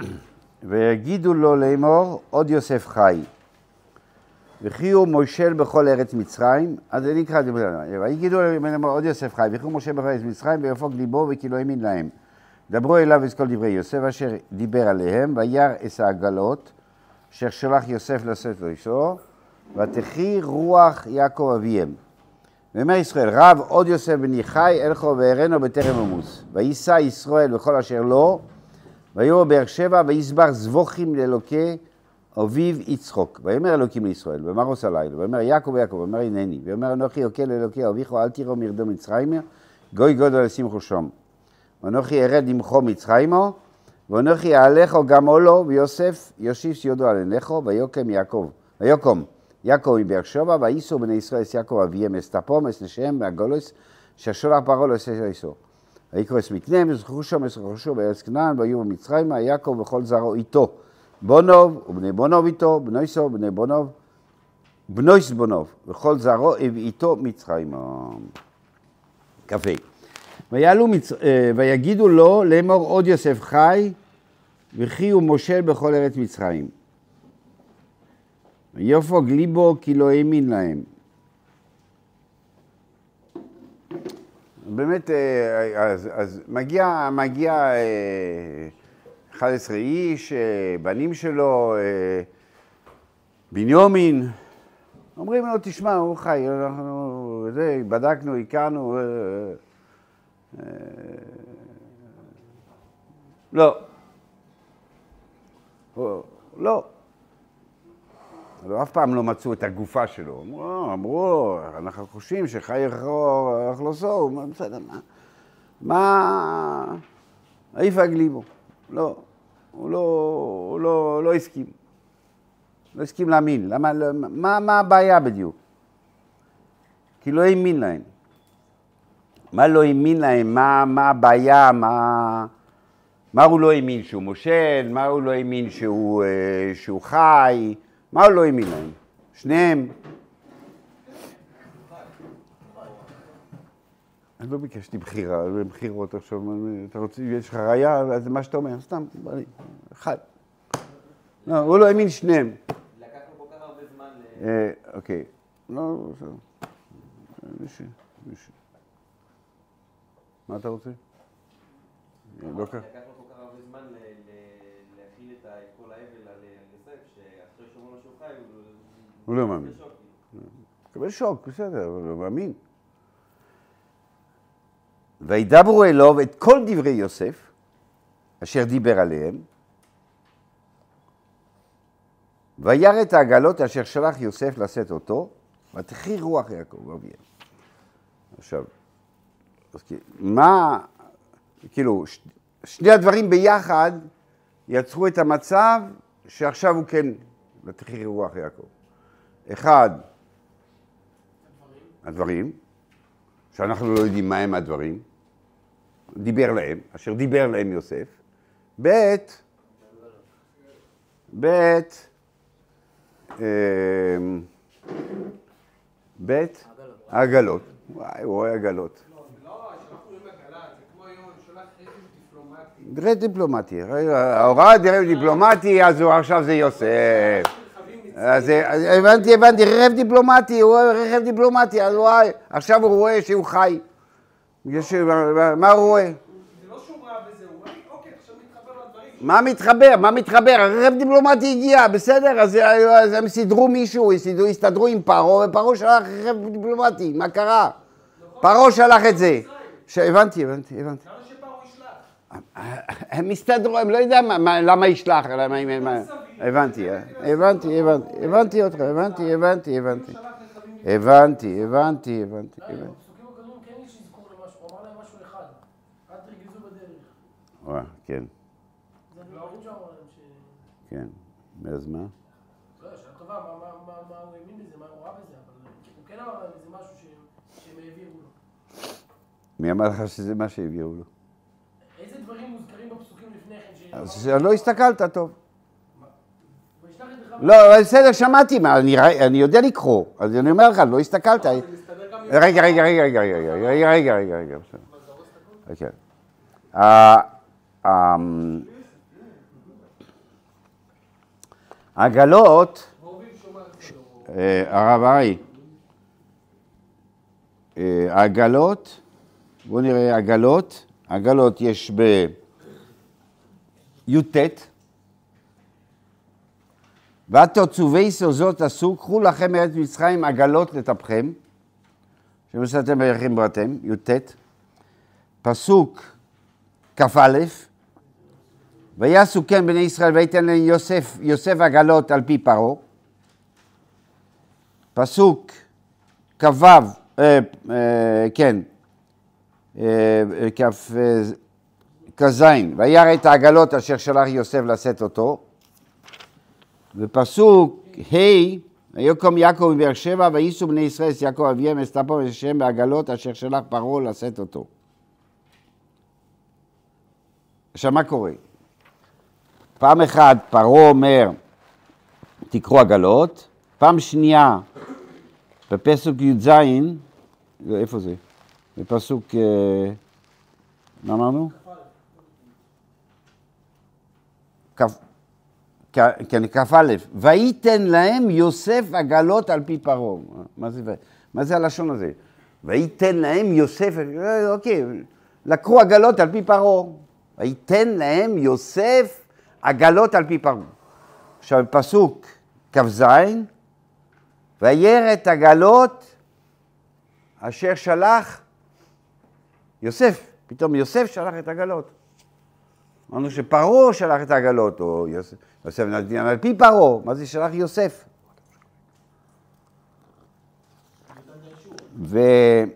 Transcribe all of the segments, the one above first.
ויגידו לו לאמור, עוד יוסף חי. וכי הוא מושל בכל ארץ מצרים, אז אני אקרא את זה, ויגידו לאמור, עוד יוסף חי, וכי הוא מושל בכל ארץ מצרים, ויפוק ליבו וכי לא האמין להם. דברו אליו את כל דברי יוסף, אשר דיבר עליהם, וירא את העגלות, אשר שלח יוסף לשאת לו אישו, ותחי רוח יעקב אביהם. ואומר ישראל, רב עוד יוסף בני חי, אלכו והרנו בטרם עמוס. וייסע ישראל בכל אשר לו, ויאמר באר שבע, ויסבר זבוכים לאלוקי אביו יצחוק. ויאמר אלוקים לישראל, ואמר עושה לילה, ואומר יעקב יעקב, ואומר הנני, ואומר אנוכי יוקל לאלוקי אביך, אל תיראו מרדו מצרימה, גוי גודל לשמחו שום. ואנוכי ירד עמכו מצרימו, ואנוכי אעלכו גם עולו, ויוסף יושיב שיודו על עיניכו, ויקום יעקב מבאר שבע, וייסעו בני ישראל את יעקב אביהם אסתפום, אסנשיהם מהגולוס, ששולח פרעה לעשה איסו. ויקרא את מקנם, וזכרושו בארץ כנען, ויהיו במצרימה, יעקב וכל זרעו איתו. בונוב ובני בונוב איתו, בנויסו ובני בונוב, בנויס בונוב, וכל זרעו איתו מצרימה. קפה. ויגידו לו לאמור עוד יוסף חי, וכי הוא מושל בכל ארץ מצרים. ויפוק ליבו כי לא האמין להם. באמת, אז מגיע 11 איש, בנים שלו, בנימין, אומרים לו, תשמע, הוא חי, אנחנו בדקנו, הכרנו, לא. לא. אף פעם לא מצאו את הגופה שלו. אמרו, אנחנו חושבים שחי אכלוסו, בסדר, מה? איפה הגליבו? לא. הוא לא הסכים. לא הסכים להאמין. מה הבעיה בדיוק? כי לא האמין להם. מה לא האמין להם? מה הבעיה? מה הוא לא האמין? שהוא מושל? מה הוא לא האמין שהוא חי? מה הוא לא האמין להם? שניהם. אני לא ביקשתי בחירות עכשיו. אתה רוצה, יש לך ראייה, אז מה שאתה אומר, סתם, אחד. לא, הוא לא האמין שניהם. לקחנו כל כך הרבה זמן אוקיי. לא, בסדר. מה אתה רוצה? לקחנו כל כך הרבה זמן להכיל את כל האבל על יוסף, שאחרי שאומרים לו שהוא חי, הוא לא מאמין. קבל שוק, בסדר, הוא לא מאמין. וידברו אליו את כל דברי יוסף, אשר דיבר עליהם, וירא את העגלות אשר שלח יוסף לשאת אותו, ותחי רוח יעקב אביהם. עכשיו, מה, כאילו, שני הדברים ביחד יצרו את המצב שעכשיו הוא כן, ותחי רוח יעקב. אחד, הדברים, שאנחנו לא יודעים מה הם הדברים, דיבר להם, אשר דיבר להם יוסף. העגלות. וואי, הוא רואה עגלות. לא, שאנחנו רואים עגלה, זה כמו היום, שולח רכב דיפלומטי. רכב דיפלומטי, ההוראה רכב דיפלומטי, אז עכשיו זה יוסף. אז הבנתי, רכב דיפלומטי, הוא רואה רכב דיפלומטי, אז וואי, עכשיו הוא רואה שהוא חי. מה הוא רואה? זה לא שהוא ראה בזה, הוא רואה, אוקיי, עכשיו מתחבר לדברים. מה מתחבר? הרכב דיפלומטי הגיע, בסדר? אז הם סידרו מישהו, הסתדרו עם פרעה, ופרעה שלח רכב דיפלומטי, מה קרה? פרעה שלח את זה. הבנתי. למה שפרעה ישלח? הם הסתדרו, הם לא יודע למה ישלח, הבנתי אותך, הבנתי. הפסוקים הקודמים כן יש אזכור למשהו, הוא אמר להם משהו אחד, אל תרגזו בדרך. כן. זה הדברים שאמר להם ש... כן, אז מה? לא, שאלה טובה, מה הוא האמין בזה, מה הוא ראה בזה, אבל הוא כן אמר להם איזה משהו שהם העבירו לו. מי אמר לך שזה מה שהעבירו לו? איזה דברים מוזכרים בפסוקים לפני כן? אז לא הסתכלת טוב. וישלח את לך... לא, בסדר, שמעתי, אני יודע לקרוא, אז אני אומר לך, לא הסתכלת. זה מסתדר גם... רגע. עגלות, ואוהבים שומע את זה. הרב ארי, עגלות, בואו נראה עגלות, עגלות יש בי"ט, ותצווי סוזות עשו, קחו לכם מארץ מצרים עגלות לטפכם, שמסתם ויחים בראתם, י"ט, פסוק כ"א, ויעשו כן בני ישראל ויתן להם יוסף עגלות על פי פרעה, פסוק כ"ו, כן, כ"ז, וירא את העגלות אשר שלח יוסף לשאת אותו, ופסוק ה' ויקום יעקב מבאר שבע וייסעו בני ישראל את יעקב אביהם אסתפו ושם בעגלות אשר שלח פרעה לשאת אותו. עכשיו מה קורה? פעם אחת פרעה אומר תקחו עגלות, פעם שנייה בפסוק י"ז, איפה זה? בפסוק, מה אמרנו? כן, כ"א, ויתן להם יוסף עגלות על פי פרעה. מה זה הלשון הזה? ויתן להם יוסף, אוקיי, לקחו עגלות על פי פרעה. ויתן להם יוסף עגלות על פי פרעה. עכשיו, פסוק כ"ז, וירא את עגלות אשר שלח יוסף. פתאום יוסף שלח את העגלות. אמרנו שפרעה שלח את העגלות, או יוסף נתן על פי פרעה. מה זה שלח יוסף? ואתה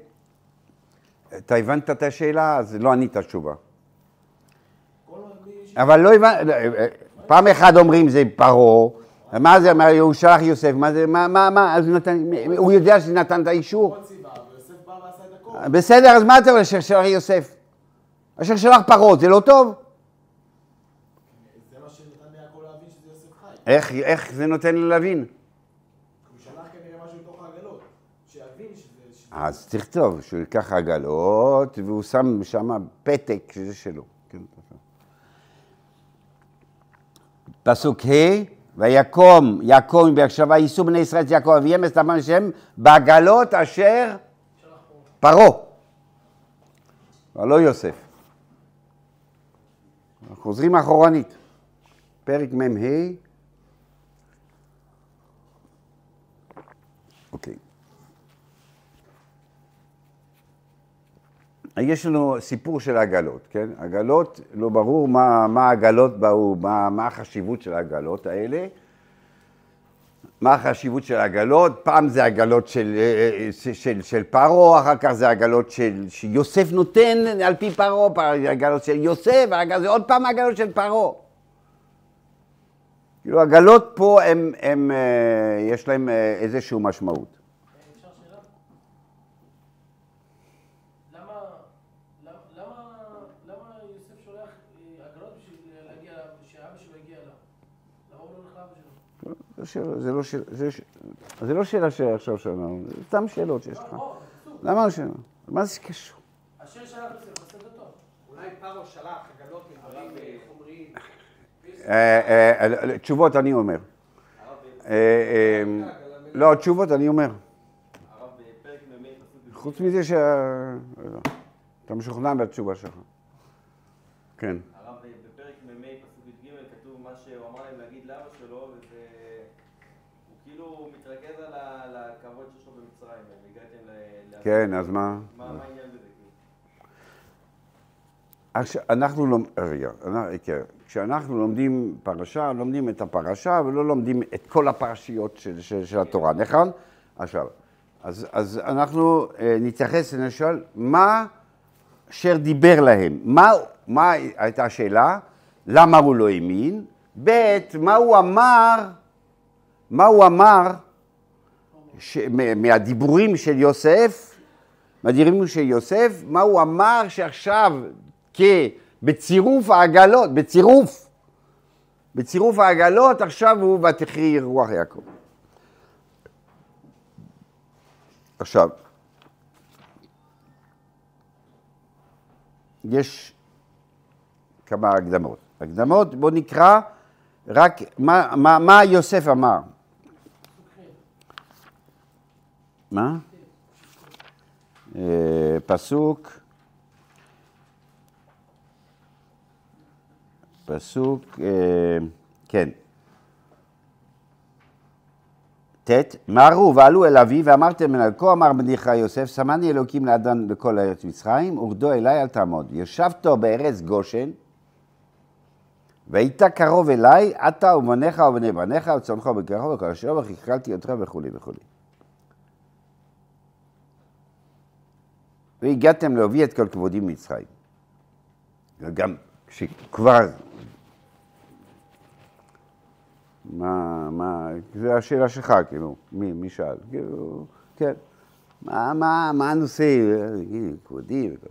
הבנת את השאלה, אז לא ענית תשובה. אבל לא הבנת, פעם אחד אומרים זה פרעה, מה זה, הוא שלח יוסף, מה זה, מה, אז הוא יודע שנתן את האישור. בסדר, אז מה אתה אומר אשר שלח יוסף? אשר שלח פרעה, זה לא טוב? זה מה שנתן ליעקב להבין שזה יוסף חי. איך זה נותן לי להבין? הוא שלח כנראה משהו לתוך העגלות, שיבין שזה... אז תכתוב שהוא ייקח עגלות, והוא שם שם פתק שזה שלו. פסוק ה' ויקום יעקב מבאר שבע ייסעו בני ישראל את יעקב אביהם אסתפו ושם בעגלות אשר פרעה, אבל לא יוסף. אנחנו חוזרים אחורנית. פרק מ"ה. אוקיי. יש לנו סיפור של העגלות, כן? עגלות, לא ברור מה העגלות באו, מה החשיבות של העגלות האלה. מה החשיבות של העגלות? פעם זה עגלות של פרעה, אחר כך זה עגלות שיוסף נותן על פי פרעה, עגלות של יוסף, זה עוד פעם עגלות של פרעה. כאילו עגלות פה יש להם איזשהו משמעות. אפשר שאלה? למה יוסף שולח עגלות בשביל להגיע, שאבא שלו יגיע אליו? למה הוא לא הולך לאבא שלו? זה לא שאלה שעכשיו שלנו, זה סתם שאלות שיש לך. למה לא שאלה? מה זה קשור? אשר שלח יוסף, עשה אותו. אולי פרעה שלח עגלות מדברים חומריים. תשובות אני אומר. לא, תשובות אני אומר. הרב בפרק מ"ה פסוק חוץ מזה אתה משוכנע בתשובה שלך. כן. הרב בפרק מ"ה פסוק י"ג כתוב מה שהוא אמר להם להגיד לאבא שלו, וזה... הוא כאילו מתרכז על הכבוד שיש לו במצרים, והגעתם כן, אז מה? מה העניין בזה? אנחנו כשאנחנו לומדים פרשה, לומדים את הפרשה ולא לומדים את כל הפרשיות של התורה, נכון? עכשיו, אז אנחנו נתייחס ונשאל, מה אשר דיבר להם? מה הייתה השאלה? למה הוא לא האמין? ב' מה הוא אמר מהדיבורים של יוסף, מה הוא אמר שעכשיו בצירוף העגלות, בצירוף העגלות עכשיו הוא ותחי רוח יעקב. עכשיו, יש כמה הקדמות. בואו נקרא רק מה יוסף אמר? מה? פסוק, כן. מהרו ועלו אל אבי ואמרתם אל כה אמר בניך יוסף, שמני אלוקים לאדון לכל ארץ מצרים, ורדו אליי אל תעמוד. ישבתו בארץ גושן, והיית קרוב אליי, אתה ובניך ובני בניך, וצאנך ובקרך וכל אשר וכלכלתי אותך וכו' וכו'. והגעתם להביא את כל כבודי ממצרים. גם כשכבר, זה השאלה שלך, כאילו, מי שאל? כאילו, כן. מה הנושא? כבודי וכל.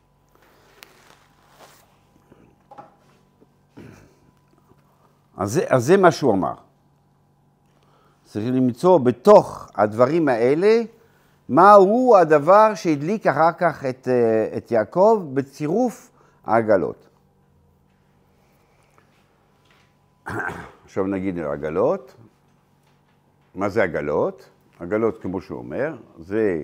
אז זה מה שהוא אמר. צריך למצוא בתוך הדברים האלה, מהו הדבר שהדליק אחר כך את יעקב בצירוף העגלות. עכשיו נגיד עגלות. מה זה עגלות? עגלות, כמו שהוא אומר, זה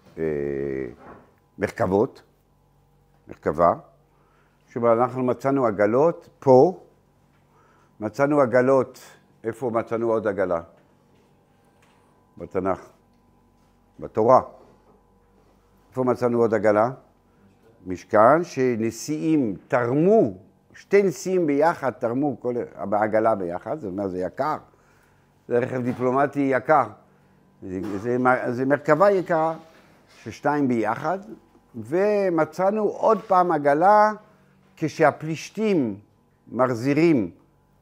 מרכבות, מרכבה, שבה אנחנו מצאנו עגלות פה, מצאנו עגלות, איפה מצאנו עוד עגלה? בתנ"ך, בתורה. איפה מצאנו עוד עגלה? משכן שנשיאים תרמו, שתי נשיאים ביחד תרמו בעגלה ביחד, זאת אומרת זה יקר, זה רכב דיפלומטי יקר, זה מרכבה יקרה ששתיים ביחד, ומצאנו עוד פעם עגלה כשהפלישתים מחזירים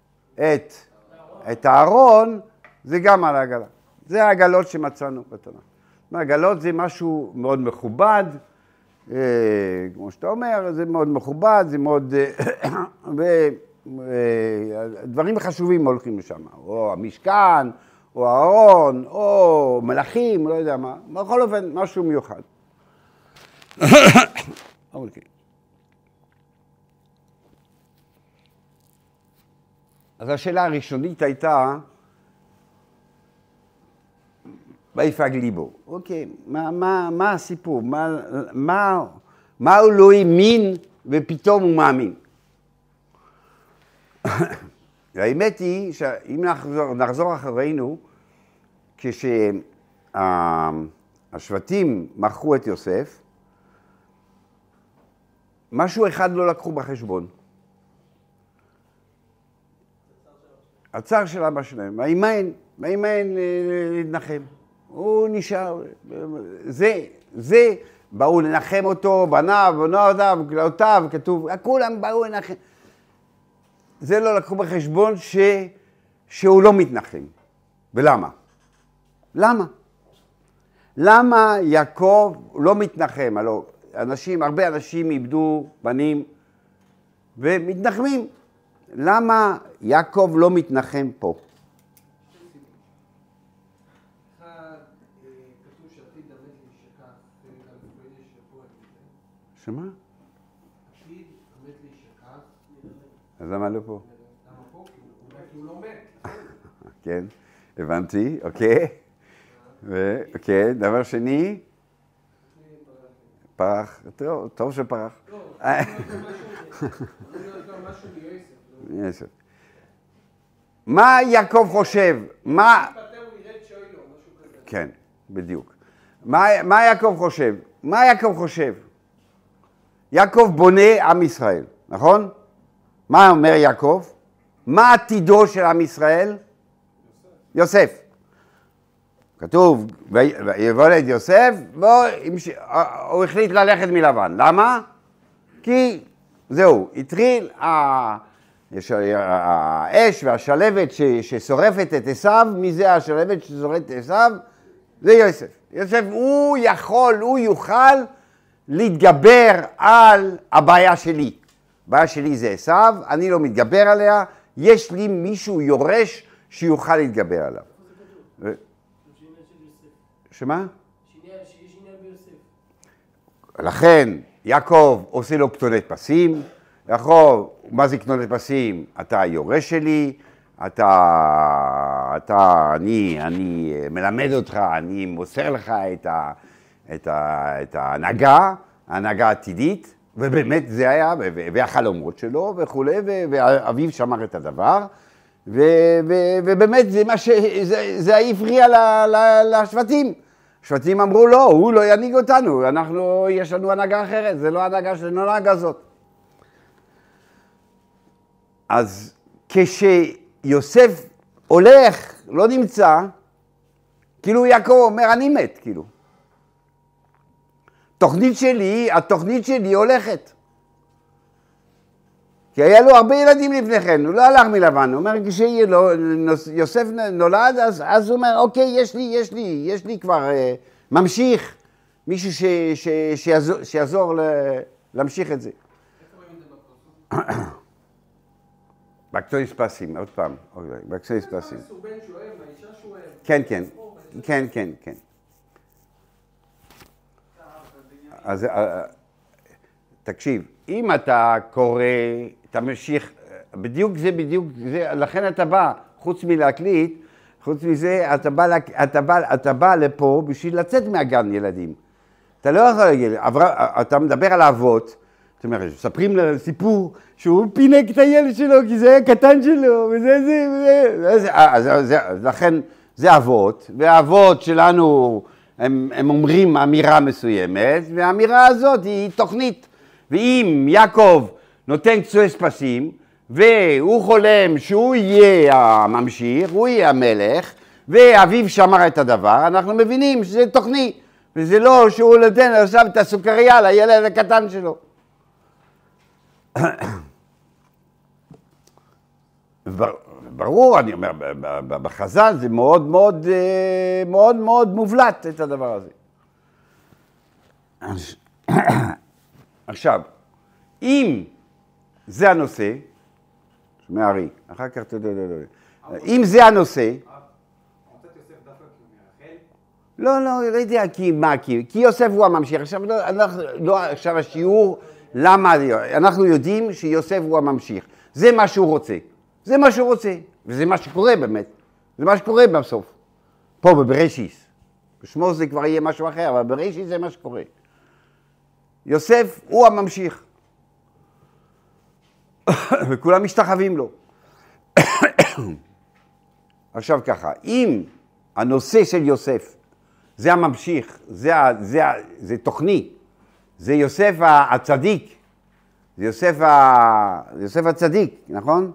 את הארון, זה גם על העגלה. זה העגלות שמצאנו בתנ"ך. העגלות זה משהו מאוד מכובד, כמו שאתה אומר, זה מאוד מכובד, זה מאוד, דברים חשובים הולכים לשם, או המשכן, או הארון, או מלאכים, לא יודע מה, בכל אופן, משהו מיוחד. אוקיי. אז השאלה הראשונית הייתה, ויפג ליבו. אוקיי, מה הסיפור? מה הוא לא האמין ופתאום הוא מאמין? האמת היא שאם נחזור אחרינו, כשהשבטים מכרו את יוסף, משהו אחד לא לקחו בחשבון. הצער של אבא שלהם, והאימן להתנחם. הוא נשאר, זה, באו לנחם אותו, בניו, בנותיו, כלאותיו, כתוב, כולם באו לנחם. זה לא לקחו בחשבון שהוא לא מתנחם. ולמה? למה יעקב לא מתנחם? הלוא הרבה אנשים איבדו בנים ומתנחמים. למה יעקב לא מתנחם פה? שמה? עתיד המת להישכח. אז למה לא פה? למה פה? כי הוא לא מת. כן, הבנתי, אוקיי. אוקיי, דבר שני? פרח. טוב שפרח. לא, משהו מיוסף. מה יעקב חושב? מה... כן, בדיוק. מה יעקב חושב? יעקב בונה עם ישראל, נכון? מה אומר יעקב? מה עתידו של עם ישראל? יוסף. כתוב, ויוולד יוסף, והוא החליט ללכת מלבן. למה? כי זהו, התחיל האש והשלבת ששורפת את עשיו, מי זה השלבת ששורפת את עשיו? זה יוסף. יוסף הוא יוכל להתגבר על הבעיה שלי. הבעיה שלי זה עשיו, אני לא מתגבר עליה, יש לי מישהו יורש שיוכל להתגבר עליו. שמה? שיש עניין ביוסף. לכן יעקב עושה לו כתונת פסים, יעקב, מה זה כתונת פסים? אתה היורש שלי, אני מלמד אותך, אני מוסר לך את ההנהגה העתידית, ובאמת זה היה, והחלומות שלו וכולי, ואביו שמר את הדבר, ובאמת זה הפריע לשבטים. השבטים אמרו לא, הוא לא ינהיג אותנו, יש לנו הנהגה אחרת, זה לא הנהגה שלנו, הנהגה הזאת. אז כשיוסף הולך, לא נמצא, כאילו יעקב אומר, אני מת, כאילו. התוכנית שלי הולכת. כי היה לו הרבה ילדים לפני כן, הוא לא הלך מלבן, הוא אומר, כשיוסף נולד, אז הוא אומר, אוקיי, יש לי כבר ממשיך, מישהו שיעזור להמשיך את זה. בקצועי ספסים, עוד פעם, בקצועי ספסים. הוא בן שואב, האישה שואב. כן. אז תקשיב, אם אתה קורא, אתה ממשיך, בדיוק זה, לכן אתה בא, חוץ מלהקליט, חוץ מזה, אתה בא לפה בשביל לצאת מהגן ילדים. אתה לא יכול להגיד, אתה מדבר על האבות, זאת אומרת, מספרים סיפור שהוא פינק את הילד שלו, כי זה היה קטן שלו, וזה, אז לכן זה אבות, והאבות שלנו, הם אומרים אמירה מסוימת, והאמירה הזאת היא תוכנית. ואם יעקב נותן קצועי ספסים, והוא חולם שהוא יהיה הממשיך, הוא יהיה המלך, ואביו שמר את הדבר, אנחנו מבינים שזה תוכנית, וזה לא שהוא נותן עכשיו את הסוכריה לילד הקטן שלו. ברור, אני אומר, בחז"ל זה מאוד מובלט את הדבר הזה. עכשיו, אם זה הנושא, שמערי, אחר כך אם זה הנושא, לא יודע כי יוסף הוא הממשיך. עכשיו השיעור, למה, אנחנו יודעים שיוסף הוא הממשיך. זה מה שהוא רוצה. וזה מה שקורה באמת. זה מה שקורה בסוף. פה בבראשיס. בשמו זה כבר יהיה משהו אחר, אבל בבראשיס זה מה שקורה. יוסף הוא הממשיך. וכולם משתחווים לו. עכשיו ככה, אם הנושא של יוסף זה הממשיך, זה תוכנית, זה יוסף הצדיק, זה יוסף הצדיק, נכון?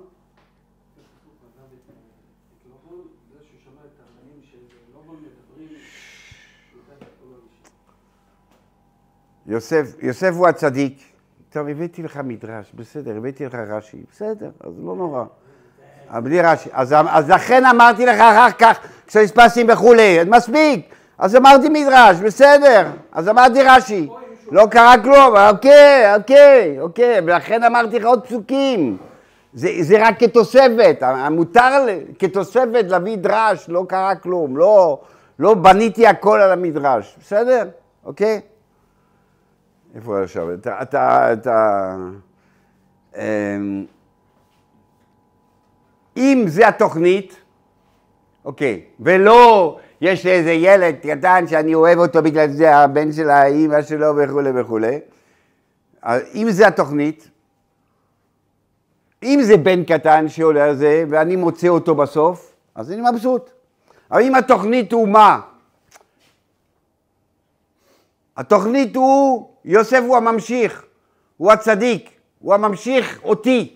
יוסף הוא הצדיק. טוב, הבאתי לך מדרש, בסדר, הבאתי לך רש"י, בסדר, אז לא נורא. בלי רש"י, אז לכן אמרתי לך אחר כך, כשהספסים וכולי, מספיק, אז אמרתי מדרש, בסדר, אז אמרתי רש"י, לא קרה כלום, אוקיי, ולכן אמרתי לך עוד פסוקים, זה רק כתוספת, מותר כתוספת להביא דרש, לא קרה כלום, לא בניתי הכל על המדרש, בסדר? אוקיי? איפה עכשיו? אם זה התוכנית, אוקיי, ולא יש לי איזה ילד קטן שאני אוהב אותו בגלל זה הבן של האמא שלו וכולי, אם זה התוכנית, אם זה בן קטן שעולה על זה ואני מוצא אותו בסוף, אז אני מבסוט. אבל אם התוכנית הוא מה? התוכנית הוא, יוסף הוא הממשיך, הוא הצדיק, הוא הממשיך אותי.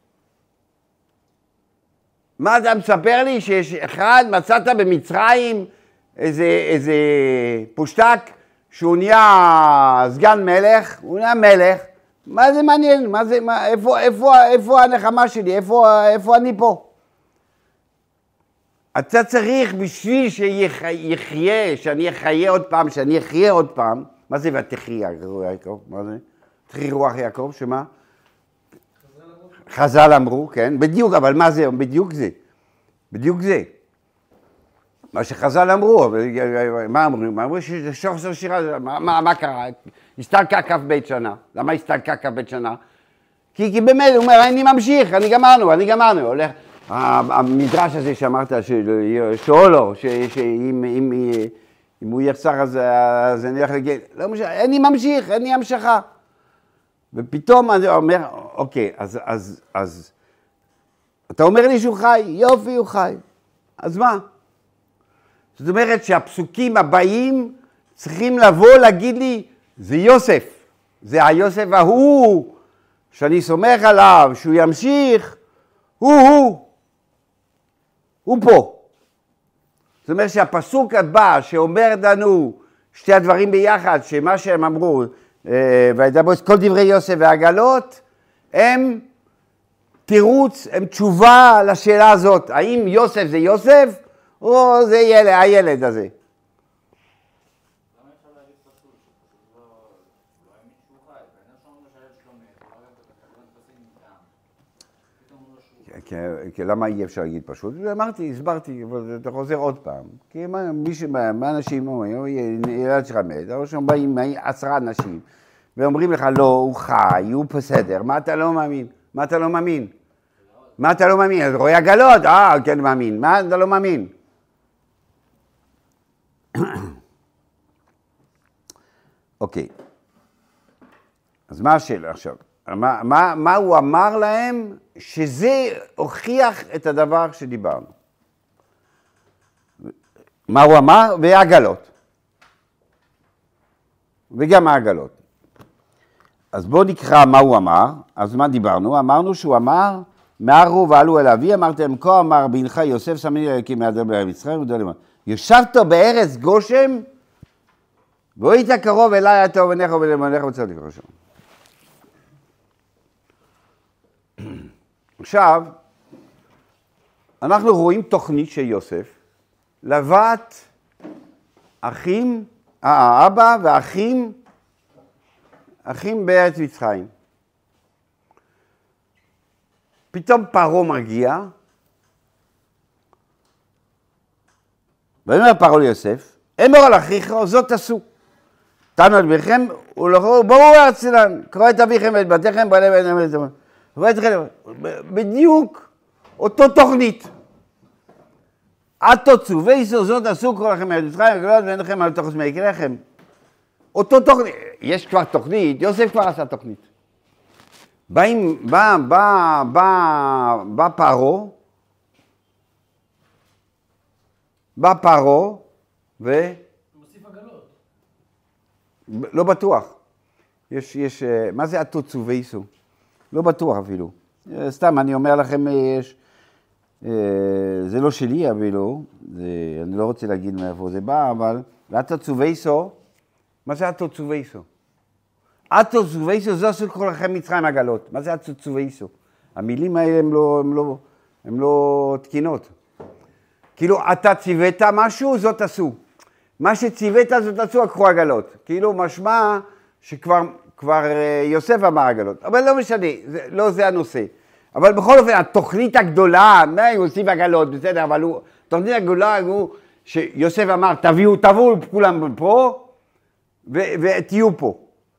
מה אתה מספר לי שיש אחד, מצאת במצרים איזה פושטק שהוא נהיה סגן מלך, הוא נהיה מלך, מה זה מעניין? איפה הנחמה שלי? איפה אני פה? אתה צריך בשביל שאני אחיה עוד פעם, מה זה ותחיה יעקב? מה זה? תחי רוח יעקב, שמה? חז"ל אמרו, כן, בדיוק, אבל מה זה? בדיוק זה. מה שחז"ל אמרו, מה אמרו? אמרו ששור שירה, מה קרה? הסתלקה כף בית שנה. למה הסתלקה כף בית שנה? כי באמת, הוא אומר, אני ממשיך, אני גמרנו. המדרש הזה שאמרת, שאולו, שאם הוא יחסר אז אני הולך להגיד, לא משנה, אני ממשיך, אין לי המשכה. ופתאום אני אומר, אוקיי, אז אתה אומר לי שהוא חי, יופי הוא חי, אז מה? זאת אומרת שהפסוקים הבאים צריכים לבוא להגיד לי, זה יוסף, זה היוסף ההוא, שאני סומך עליו, שהוא ימשיך, הוא פה. זאת אומרת שהפסוק הבא שאומר לנו שתי הדברים ביחד, שמה שהם אמרו, וידברו את כל דברי יוסף והעגלות, הם תירוץ, הם תשובה לשאלה הזאת, האם יוסף זה יוסף, או זה הילד הזה. למה אי אפשר להגיד פשוט? אמרתי, הסברתי, אבל אתה חוזר עוד פעם. כי מה אנשים אומרים, ילד שלך מת, או שהם באים 10 אנשים, ואומרים לך, לא, הוא חי, הוא בסדר, מה אתה לא מאמין? מה אתה לא מאמין? מה אתה לא מאמין? אז רואה עגלות, כן מאמין, מה אתה לא מאמין? אוקיי, אז מה השאלה עכשיו? מה הוא אמר להם שזה הוכיח את הדבר שדיברנו? מה הוא אמר? והעגלות. וגם העגלות. אז בואו נקרא מה הוא אמר. אז מה דיברנו? אמרנו שהוא אמר, מערו ועלו אל אבי, אמרתם כה אמר בנך יוסף שמני אלוקים מהדר בארץ מצרים, ישבת בארץ גושם, והיית קרוב אליי אתה ובניך ובנך וצדיק ראשון. עכשיו, אנחנו רואים תוכנית של יוסף, לבת אחים, האבא והאחים, אחים בארץ מצרים. פתאום פרעה מגיע, ואומר פרעה ליוסף, אמור על אחיך, זאת עשו. תנו את ביכם, ובואו ארצלן, קראו את אביכם ואת בתיכם, בדיוק אותו תוכנית. התוצאו ואיסו זאת עשו כל לכם מארץ מצרים וגלות ואין לכם על תוכנית מעיקרי לכם. אותו תוכנית, יש כבר תוכנית, יוסף כבר עשה תוכנית. בא פרעה, מוסיף עגלות. לא בטוח. מה זה התוצאו ואיסו? לא בטוח אפילו. סתם, אני אומר לכם, זה לא שלי אפילו, אני לא רוצה להגיד מאיפה זה בא, אבל התוצאו ואיסו, מה זה התוצאו ואיסו? התוצאו ואיסו זה עשו כל לכם מצרים עגלות. מה זה התוצאו ואיסו? המילים האלה הן לא תקינות. כאילו, אתה ציווית משהו, זאת עשו. מה שציווית זאת עשו, לקחו עגלות. כאילו, משמע שכבר יוסף אמר עגלות. אבל לא משנה, לא זה הנושא. אבל בכל אופן, התוכנית הגדולה, הוא הוסיף עגלות, בסדר, אבל התוכנית הגדולה הוא שיוסף אמר, תביאו כולם פה, ותהיו פה.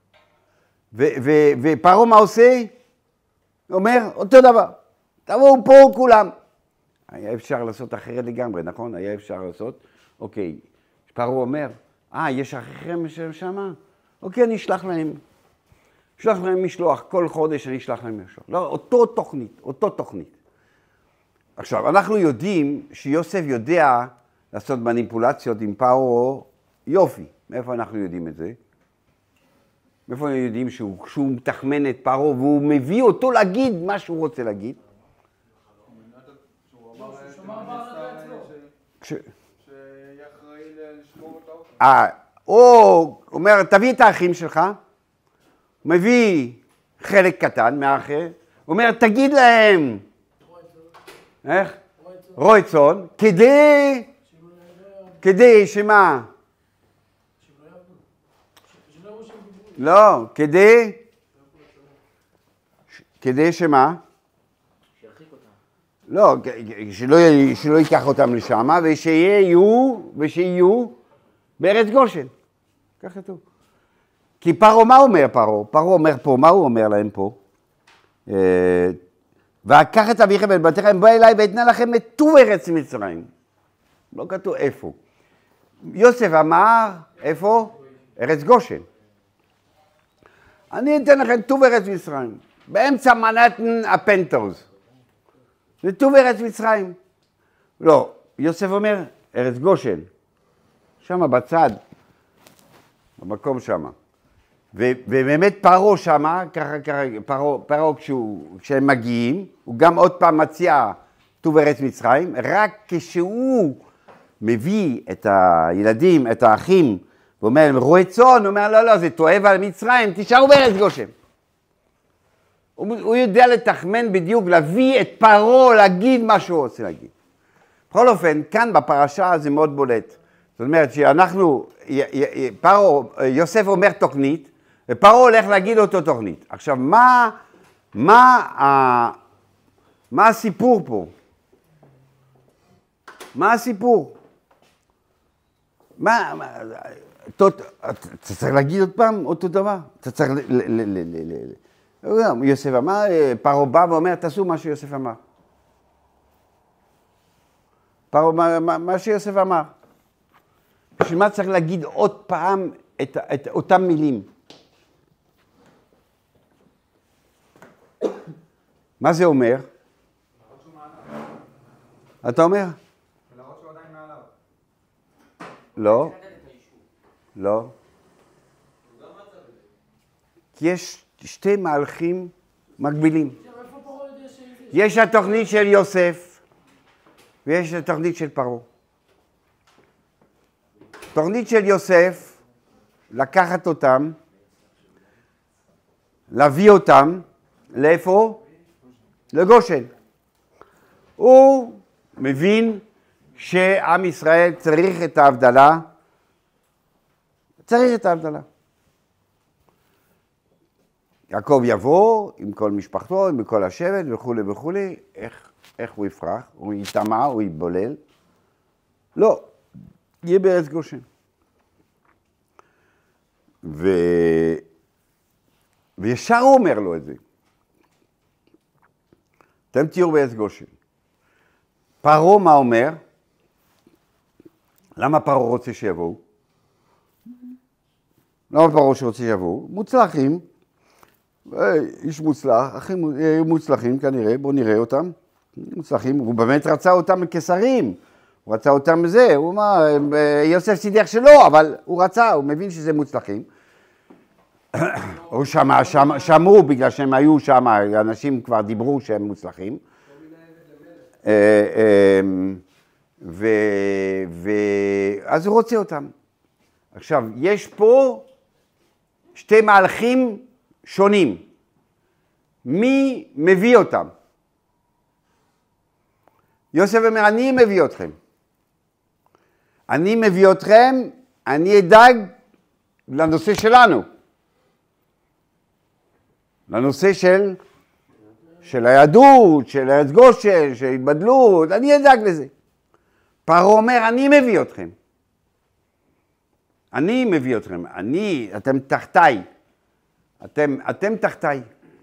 ופרעה מה עושה? אומר, אותו דבר, תבואו פה כולם. היה אפשר לעשות אחרת לגמרי, נכון? היה אפשר לעשות, אוקיי, פרעה אומר, יש אחיכם שמה? אוקיי, אני אשלח להם. אשלח להם משלוח, כל חודש אני אשלח להם משלוח. לא, אותו תוכנית. עכשיו, אנחנו יודעים שיוסף יודע לעשות מניפולציות עם פרעה יופי. מאיפה אנחנו יודעים את זה? מאיפה אנחנו יודעים שהוא מתחמן את פרעה והוא מביא אותו להגיד מה שהוא רוצה להגיד? שיהיה אחראי לשמור את האוכל. הוא אומר, תביא את האחים שלך, הוא מביא חלק קטן מהאחר, הוא אומר, תגיד להם, איך? רועי צאן, כדי שמה? לא, כדי שמה? לא, שלא ייקח אותם לשם, ושיהיו בארץ גושן. כך כתוב. כי פרעה, מה אומר פרעה? פרעה אומר פה, מה הוא אומר להם פה? ואקח את אביכם ואת בתיכם, בוא אליי ואתנה לכם את טוב ארץ מצרים. לא כתוב איפה. יוסף אמר, איפה? ארץ גושן. אני אתן לכם טוב ארץ מצרים. באמצע מנהטן הפנטהאוז. זה טוב ארץ מצרים. לא, יוסף אומר, ארץ גושן. שמה בצד, במקום שמה. ובאמת פרעה שמה, ככה, פרעה כשהם מגיעים, הוא גם עוד פעם מציע טוב ארץ מצרים, רק כשהוא מביא את הילדים, את האחים, ואומר להם, רועה צאן, הוא אומר, לא, זה תועב על מצרים, תישארו בארץ גושן. הוא יודע לתחמן בדיוק, להביא את פרעה, להגיד מה שהוא רוצה להגיד. בכל אופן, כאן בפרשה זה מאוד בולט. זאת אומרת שאנחנו, יוסף אומר תוכנית, ופרעה הולך להגיד אותו תוכנית. עכשיו, מה הסיפור פה? מה הסיפור? אתה צריך להגיד עוד פעם אותו דבר? אתה צריך יוסף אמר, פרעה בא ואומר, תעשו מה שיוסף אמר. פרעה, מה שיוסף אמר. בשביל מה צריך להגיד עוד פעם את אותם מילים? מה זה אומר? אתה אומר? ולהראות שהוא עדיין מעליו. לא. לא. כי יש שתי מהלכים מקבילים. יש התוכנית של יוסף, ויש התוכנית של פרעה. תוכנית של יוסף, לקחת אותם, להביא אותם, לאיפה? לגושן. הוא מבין שעם ישראל צריך את ההבדלה, צריך את ההבדלה. יעקב יבוא עם כל משפחתו, עם כל השבט וכו' וכו', איך הוא יפרח? הוא יטמע, הוא יתבולל? לא, יהיה בארץ גושן. וישר הוא אומר לו את זה. אתם תהיו בארץ גושן. פרעה מה אומר? למה פרעה רוצה שיבואו? למה פרעה שרוצה שיבואו? מוצלחים. איש מוצלח, אחים מוצלחים כנראה, בואו נראה אותם. מוצלחים, הוא באמת רצה אותם כשרים. הוא רצה אותם בזה, הוא אמר, יוסף סידר שלא, אבל הוא רצה, הוא מבין שזה מוצלחים. הוא שמעו בגלל שהם היו שם, אנשים כבר דיברו שהם מוצלחים. אז הוא רוצה אותם. עכשיו, יש פה שתי מהלכים שונים. מי מביא אותם? יוסף אומר, אני מביא אתכם. אני מביא אתכם, אני אדאג לנושא שלנו. לנושא של היהדות, של ארץ גושן, של התבדלות, אני אדאג לזה. פרעה אומר, אני מביא אתכם. אני מביא אתכם. אתם תחתיי. אתם תחתיי.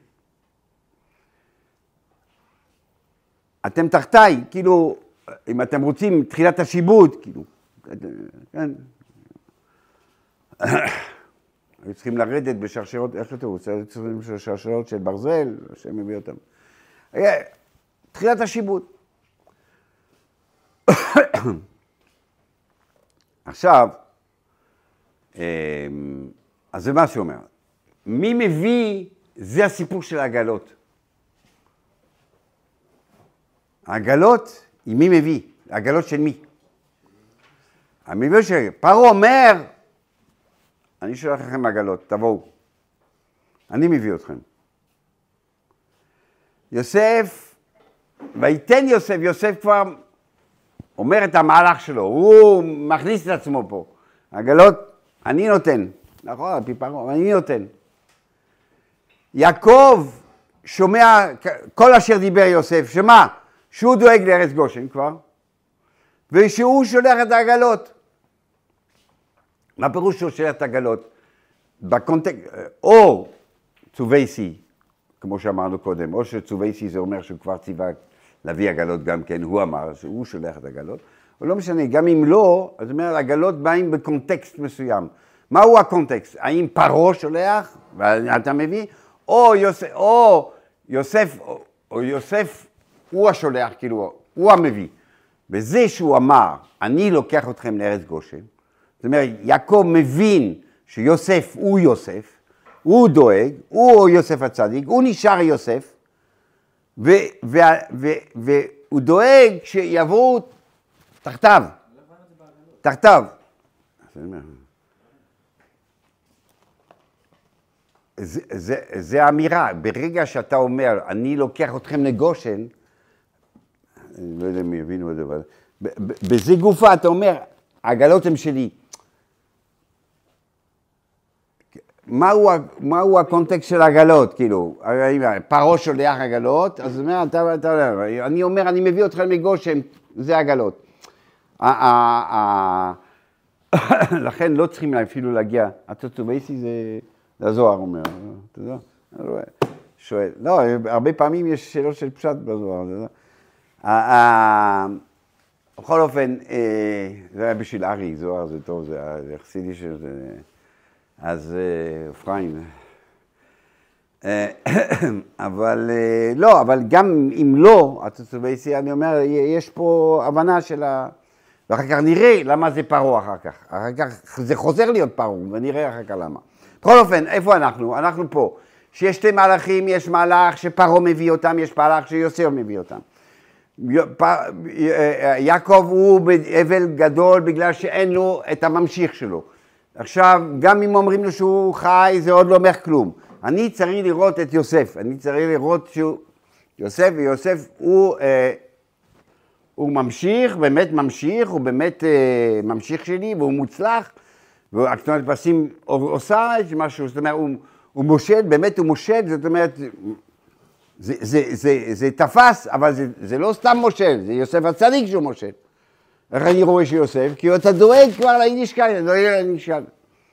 אתם תחתיי, כאילו, אם אתם רוצים, תחילת השיבוט, כאילו, כן. היו צריכים לרדת בשרשרות, איך כתוב? צריכים בשרשרות של ברזל, השם מביא אותם. תחילת השיבוט. עכשיו, אז זה מה שאומר. מי מביא, זה הסיפור של העגלות. העגלות, היא מי מביא? העגלות של מי? המביא של פרעה אומר, אני שולח לכם עגלות, תבואו. אני מביא אתכם. יוסף, ויתן יוסף כבר אומר את המהלך שלו, הוא מכניס את עצמו פה. עגלות, אני נותן. נכון, על פי פרעה, אני נותן. יעקב שומע כל אשר דיבר יוסף, שמה? שהוא דואג לארץ גושן כבר, ושהוא שולח את העגלות. מה פירוש שהוא שולח את העגלות? בקונטקסט, או צווי סי, כמו שאמרנו קודם, או שצובייסי זה אומר שהוא כבר ציווה להביא עגלות גם כן, הוא אמר שהוא שולח את העגלות, או לא משנה, גם אם לא, אז זאת אומרת, העגלות באים בקונטקסט מסוים. מהו הקונטקסט? האם פרעה שולח, ואתה מביא, או יוסף הוא השולח, כאילו, הוא המביא. וזה שהוא אמר, אני לוקח אתכם לארץ גושן, זאת אומרת, יעקב מבין שיוסף הוא יוסף, הוא דואג, הוא יוסף הצדיק, הוא נשאר יוסף, והוא דואג שיבואו תחתיו, תחתיו. זה האמירה, ברגע שאתה אומר, אני לוקח אתכם לגושן, אני לא יודע אם יבינו את זה, אבל בזה גופה אתה אומר, העגלות הן שלי. מהו הקונטקסט של העגלות, כאילו? פרעה שולח עגלות, אז אני אומר, אני מביא אתכם לגושן, זה העגלות. לכן לא צריכים אפילו להגיע, הצובייסי זה הזוהר אומר, אתה יודע? שואל, לא, הרבה פעמים יש שאלות של פשט בזוהר, אתה יודע? בכל אופן, זה היה בשביל ארי, זוהר זה טוב, זה חסידי שזה, אז אפרים. אבל לא, אבל גם אם לא, הצובייסי, אני אומר, יש פה הבנה של ואחר כך נראה למה זה פרעה אחר כך. אחר כך זה חוזר להיות פרעה, ונראה אחר כך למה. בכל אופן, איפה אנחנו? אנחנו פה. שיש שתי מהלכים, יש מהלך שפרעה מביא אותם, יש מהלך שיוסף מביא אותם. יעקב הוא באבל גדול בגלל שאין לו את הממשיך שלו. עכשיו, גם אם אומרים לו שהוא חי, זה עוד לא אומר כלום. אני צריך לראות את יוסף, אני צריך לראות שהוא יוסף, ויוסף הוא ממשיך, באמת ממשיך, הוא באמת ממשיך שלי, והוא מוצלח, והקטונת פסים עושה משהו, זאת אומרת, הוא מושל, באמת הוא מושל, זאת אומרת, זה תפס, אבל זה לא סתם מושל, זה יוסף הצדיק שהוא מושל. איך אני רואה שיוסף? כי אתה דואג כבר לאינישקל, אני דואג לאינישקל.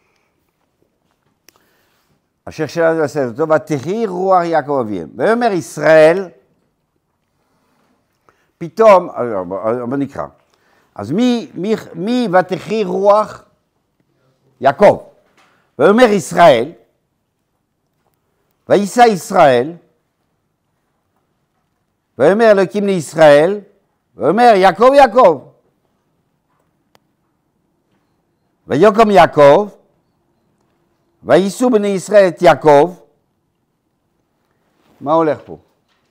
השייך שלנו עושה את אותו, ותהי רוח יעקב אביהם. ואומר ישראל, פתאום, בוא נקרא. אז מי ותהי רוח? יעקב. ואומר ישראל, ויישא ישראל, ואומר אלוקים לישראל, ואומר יעקב יעקב. ויקום יעקב, ויישאו בני ישראל את יעקב. מה הולך פה?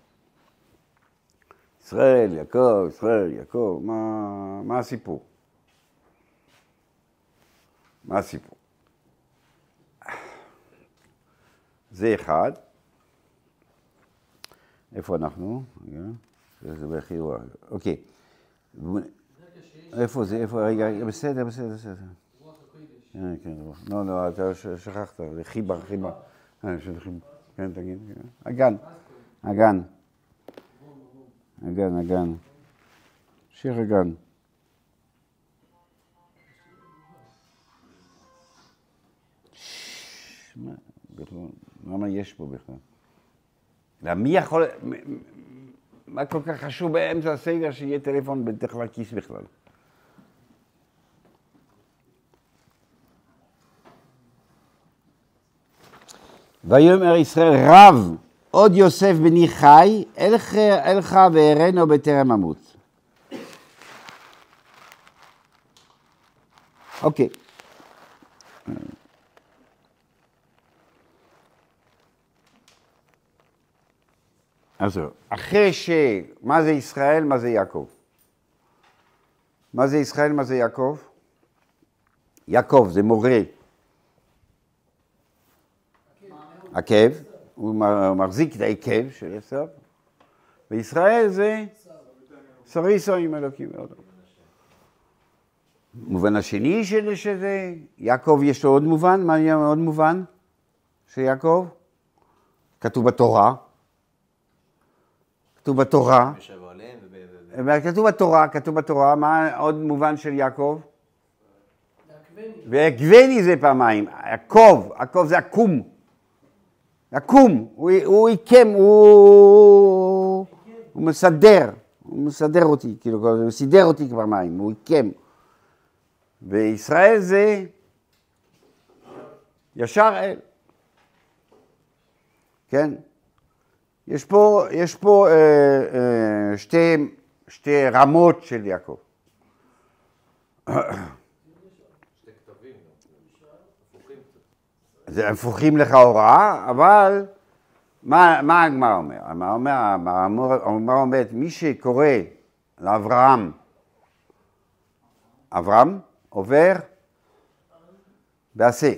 ישראל, יעקב, ישראל, יעקב, מה הסיפור? מה הסיפור? זה אחד. איפה אנחנו? זה בכי רוח. אוקיי. איפה זה? איפה? רגע, בסדר. רוח הקודש. כן, לא, אתה שכחת, זה חיבר. כן, תגיד. אגן. שיר אגן. למה יש פה בכלל? מי יכול... מה כל כך חשוב באמצע הסדר שיהיה טלפון בתוך לכיס בכלל? ויאמר ישראל רב עוד יוסף בני חי אלך ואראנו בטרם אמות. אוקיי. אז אחרי מה זה ישראל, מה זה יעקב? מה זה ישראל, מה זה יעקב? יעקב זה מורה. עקב, הוא מחזיק את העקב של עשיו, וישראל זה סריסו עם אלוקים. מובן השני שזה, יעקב יש לו עוד מובן, מה יהיה עוד מובן של יעקב? כתוב בתורה. כתוב בתורה, מה עוד מובן של יעקב? ועקבני זה פעמיים, יעקב זה עקום. יקום, הוא יקם, הוא מסדר אותי, כאילו, הוא סידר אותי כבר מים, הוא יקם. וישראל זה ישר אל. כן? יש פה שתי רמות של יעקב. שתי כתבים, הפוכים קצת. זה הפוכים לכאורה, אבל מה הגמרא אומר? הגמרא אומרת, מי שקורא לאברהם, אברהם עובר בעשה.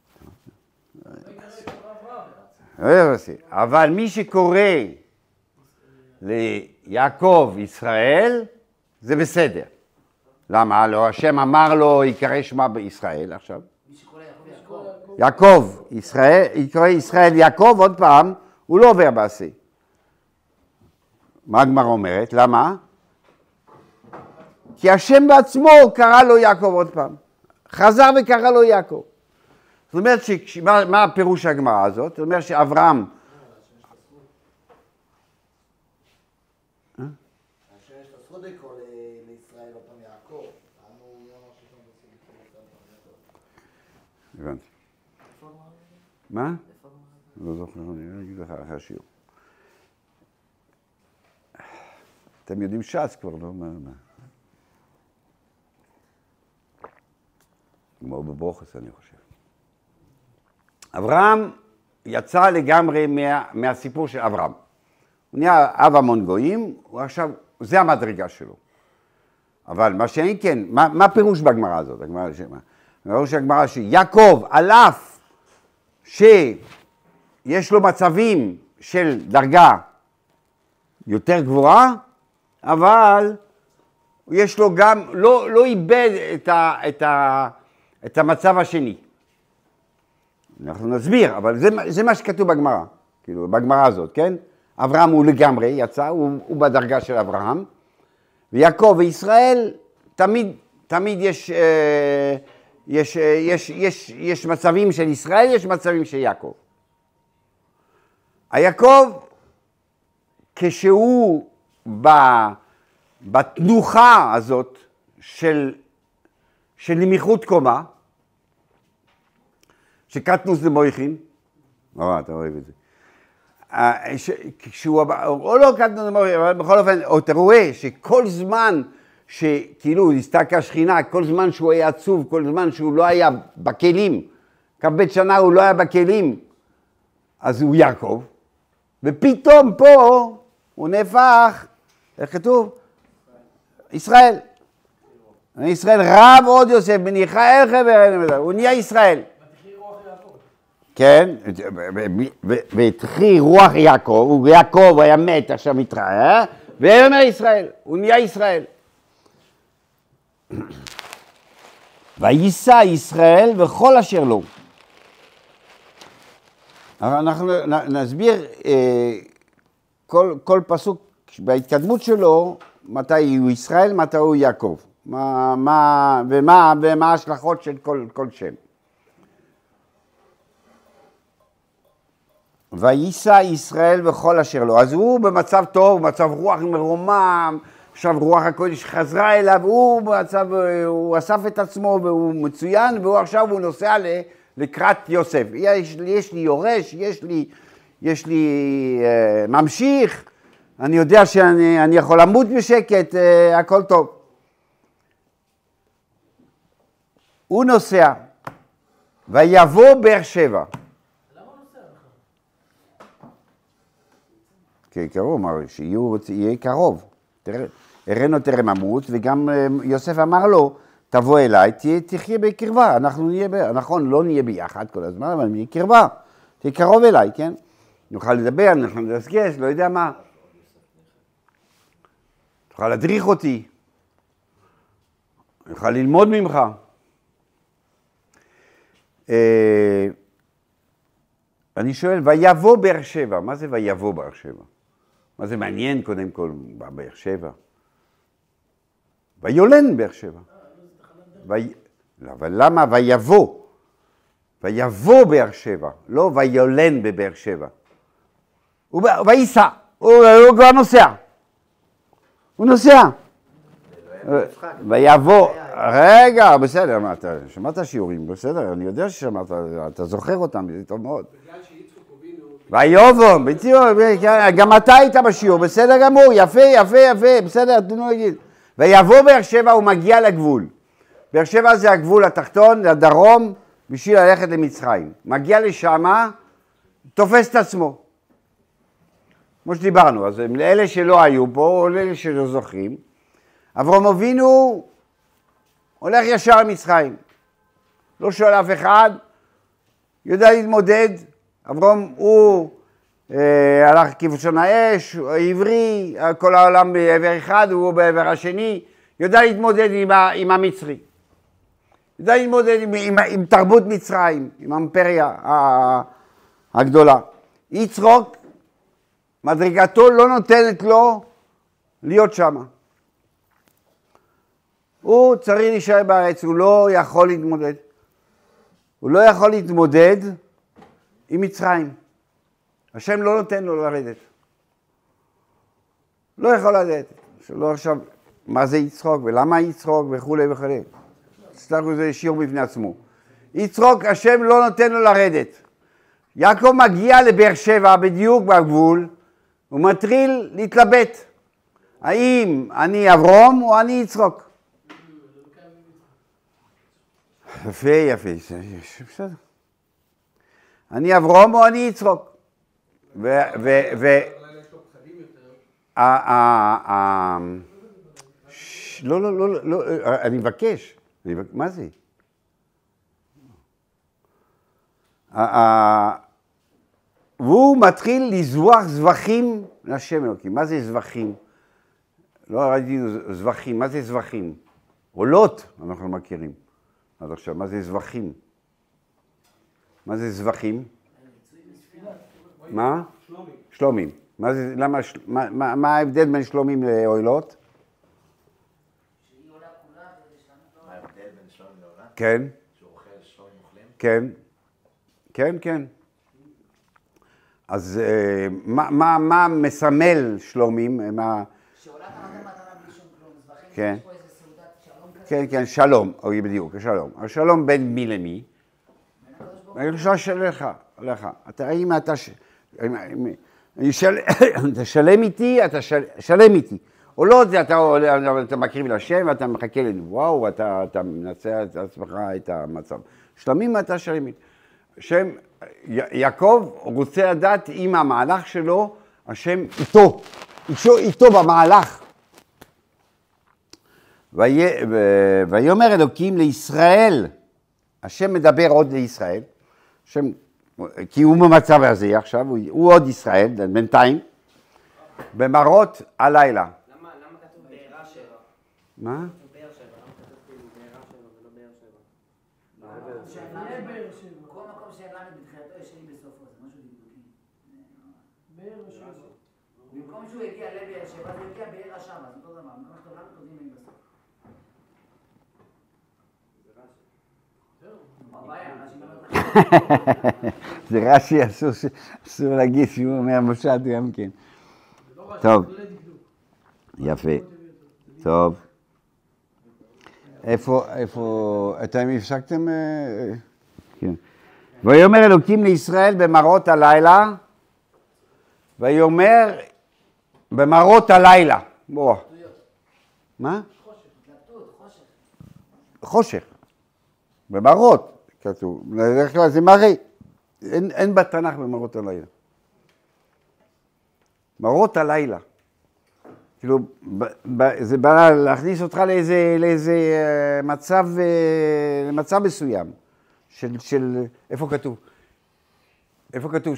אבל מי שקורא ליעקב ישראל, זה בסדר. למה? לא, השם אמר לו, יקרא שמה בישראל עכשיו. מי שקורא יעקב. יעקב, ישראל, יקרא ישראל יעקב, עוד פעם, הוא לא עובר בעשה. מה הגמרא אומרת? למה? כי השם בעצמו קרא לו יעקב עוד פעם. חזר וקרא לו יעקב. זאת אומרת, מה הפירוש הגמרא הזאת? זאת אומרת שאברהם... השם יש לו זכות לקרוא לישראל עוד פעם יעקב. הבנתי. מה? לא זוכר, אני אגיד לך אחרי השיעור. אתם יודעים ש"ס כבר, לא? כמו בברוכס, אני חושב. אברהם יצא לגמרי מהסיפור של אברהם. הוא נהיה אב המון גויים, הוא עכשיו, זה המדרגה שלו. אבל מה שאין כן, מה פירוש בגמרא הזאת? פירוש הגמרא שיעקב, על אף שיש לו מצבים של דרגה יותר גבוהה, אבל יש לו גם, לא איבד את המצב השני. אנחנו נסביר, אבל זה מה שכתוב בגמרא, כאילו, בגמרא הזאת, כן? אברהם הוא לגמרי יצא, הוא בדרגה של אברהם, ויעקב וישראל, תמיד יש מצבים של ישראל, יש מצבים של יעקב. היעקב, כשהוא בתנוחה הזאת של נמיכות קומה, שקטנוס למויכין, אתה אוהב את זה, או לא קטנוס למויכין, אבל בכל אופן, אתה רואה שכל זמן שכאילו הסתכלה השכינה, כל זמן שהוא היה עצוב, כל זמן שהוא לא היה בכלים, כבד שנה הוא לא היה בכלים, אז הוא יעקב, ופתאום פה הוא נהפך, איך כתוב? ישראל. ישראל רב עוד יוסף, בניחא חבר, הוא נהיה ישראל. כן, ותחי רוח יעקב, ויעקב היה מת, עכשיו מתראה, ואומר ישראל, הוא נהיה ישראל. וייסע ישראל וכל אשר לו. אנחנו נסביר כל פסוק בהתקדמות שלו, מתי הוא ישראל, מתי הוא יעקב. ומה ההשלכות של כל שם. וייסע ישראל וכל אשר לו. אז הוא במצב טוב, במצב רוח מרומם, עכשיו רוח הקודש חזרה אליו, הוא אסף את עצמו והוא מצוין, ועכשיו הוא נוסע לקראת יוסף. יש לי יורש, יש לי ממשיך, אני יודע שאני יכול למות בשקט, הכל טוב. הוא נוסע, ויבוא באר שבע. כי קרוב, אמר, שיהיה קרוב. הראינו תרם אמות, וגם יוסף אמר לו, תבוא אליי, תחיה בקרבה, אנחנו נהיה, נכון, לא נהיה ביחד כל הזמן, אבל נהיה קרבה, תהיה קרוב אליי, כן? נוכל לדבר, אנחנו נדסגס, לא יודע מה. תוכל להדריך אותי, נוכל ללמוד ממך. אני שואל, ויבוא באר שבע, מה זה ויבוא באר שבע? מה זה מעניין קודם כל באר שבע? ויולן באר שבע. אבל למה ויבוא? ויבוא באר שבע, לא ויולן בבאר שבע. וייסע, הוא כבר נוסע. הוא נוסע. ויבוא, רגע, בסדר, אתה שמעת שיעורים, בסדר, אני יודע ששמעת, אתה זוכר אותם, זה טוב מאוד. ויובום, גם אתה היית בשיעור, בסדר גמור, יפה, בסדר, תנו להגיד. ויבוא באר שבע, הוא מגיע לגבול. באר שבע זה הגבול התחתון, לדרום, בשביל ללכת למצרים. מגיע לשם, תופס את עצמו. כמו שדיברנו, אז לאלה שלא היו פה, או לאלה שלא זוכרים, אברהם אבינו הולך ישר למצרים. לא שואל אף אחד, יודע להתמודד. אברהם הוא הלך כבשון האש, עברי, כל העולם בעבר אחד, הוא בעבר השני, יודע להתמודד עם המצרי. יודע להתמודד עם תרבות מצרים, עם האימפריה הגדולה. יצחק, מדרגתו לא נותנת לו להיות שם. הוא צריך להישאר בארץ, הוא לא יכול להתמודד. הוא לא יכול להתמודד עם מצרים. השם לא נותן לו לרדת. לא יכול לרדת. שלא עכשיו, מה זה יצחק ולמה יצחק וכו' וכו'. סתם זה שיעור בפני עצמו. יצחק, השם לא נותן לו לרדת. יעקב מגיע לבאר שבע בדיוק בגבול, הוא מתחיל להתלבט. האם אני אברהם או אני יצחק? יפה, בסדר. אני אברהם או אני יצחק? לא, אני מבקש. מה זה? והוא מתחיל לזבוח זבחים לשם אלוקים. מה זה זבחים? לא ראיתי זבחים. מה זה זבחים? עולות, אנחנו מכירים. עד עכשיו, מה זה זבחים? מה זה זבחים? מה? שלומים. מה ההבדל בין שלומים לעולות? מה ההבדל בין שלומים לעולה? כן. שהוא אוכל שלומים אוכלים? כן. אז מה מסמל שלומים? שעולה כמה מתנה בלי שום כלום, זבחים, כן. יש פה איזה סעודת שלום כזה. כן, שלום, בדיוק, שלום. השלום בין מי למי? אני חושב לך. אם אתה שלם איתי, אתה שלם איתי. או לא, אתה מקריב לשם, ואתה מחכה לנבואה, ואתה מנצח את עצמך את המצב. שלמים אתה שלם איתי. השם, יעקב רוצה לדעת עם המהלך שלו, השם איתו במהלך. ויאמר אלוקים לישראל, השם מדבר עוד לישראל, השם, כי הוא במצב הזה עכשיו, הוא עוד ישראל, בינתיים, במראות הלילה. למה כתוב בעירה שבע? מה? כתוב באר שבע, למה כתוב כאילו בעירה שבע ולא באר שבע? כל מקום שאין לנו בתחילתו יש לי בסופו, זה משהו דקדוקי. במקום שהוא הגיע לבאר שבע, הוא הגיע בעירה שמה, זה אותו דבר, במקום שאתה לנו כותבים לי בסוף. זה רש"י, אסור להגיד שהוא אומר משל גם כן. טוב, יפה, טוב. איפה, אתם הפסקתם? כן. ויאמר אלוקים לישראל במראות הלילה, ויאמר במראות הלילה. בוא. מה? חושך. במראות. כתוב, בדרך כלל זה מראה, אין בתנ"ך במראות הלילה. מראות הלילה. כאילו, זה בא להכניס אותך לאיזה מצב מסוים. של, איפה כתוב? איפה כתוב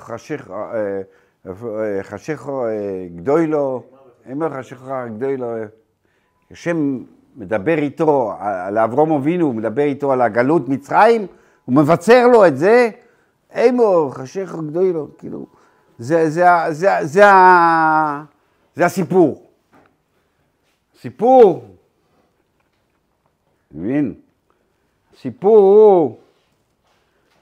חשך גדולו, אמר חשך גדולו, השם מדבר איתו על אברהם אבינו, הוא מדבר איתו על הגלות מצרים, הוא מבצר לו את זה, אמור חשך גדולו, כאילו, זה הסיפור. סיפור, מבין? סיפור הוא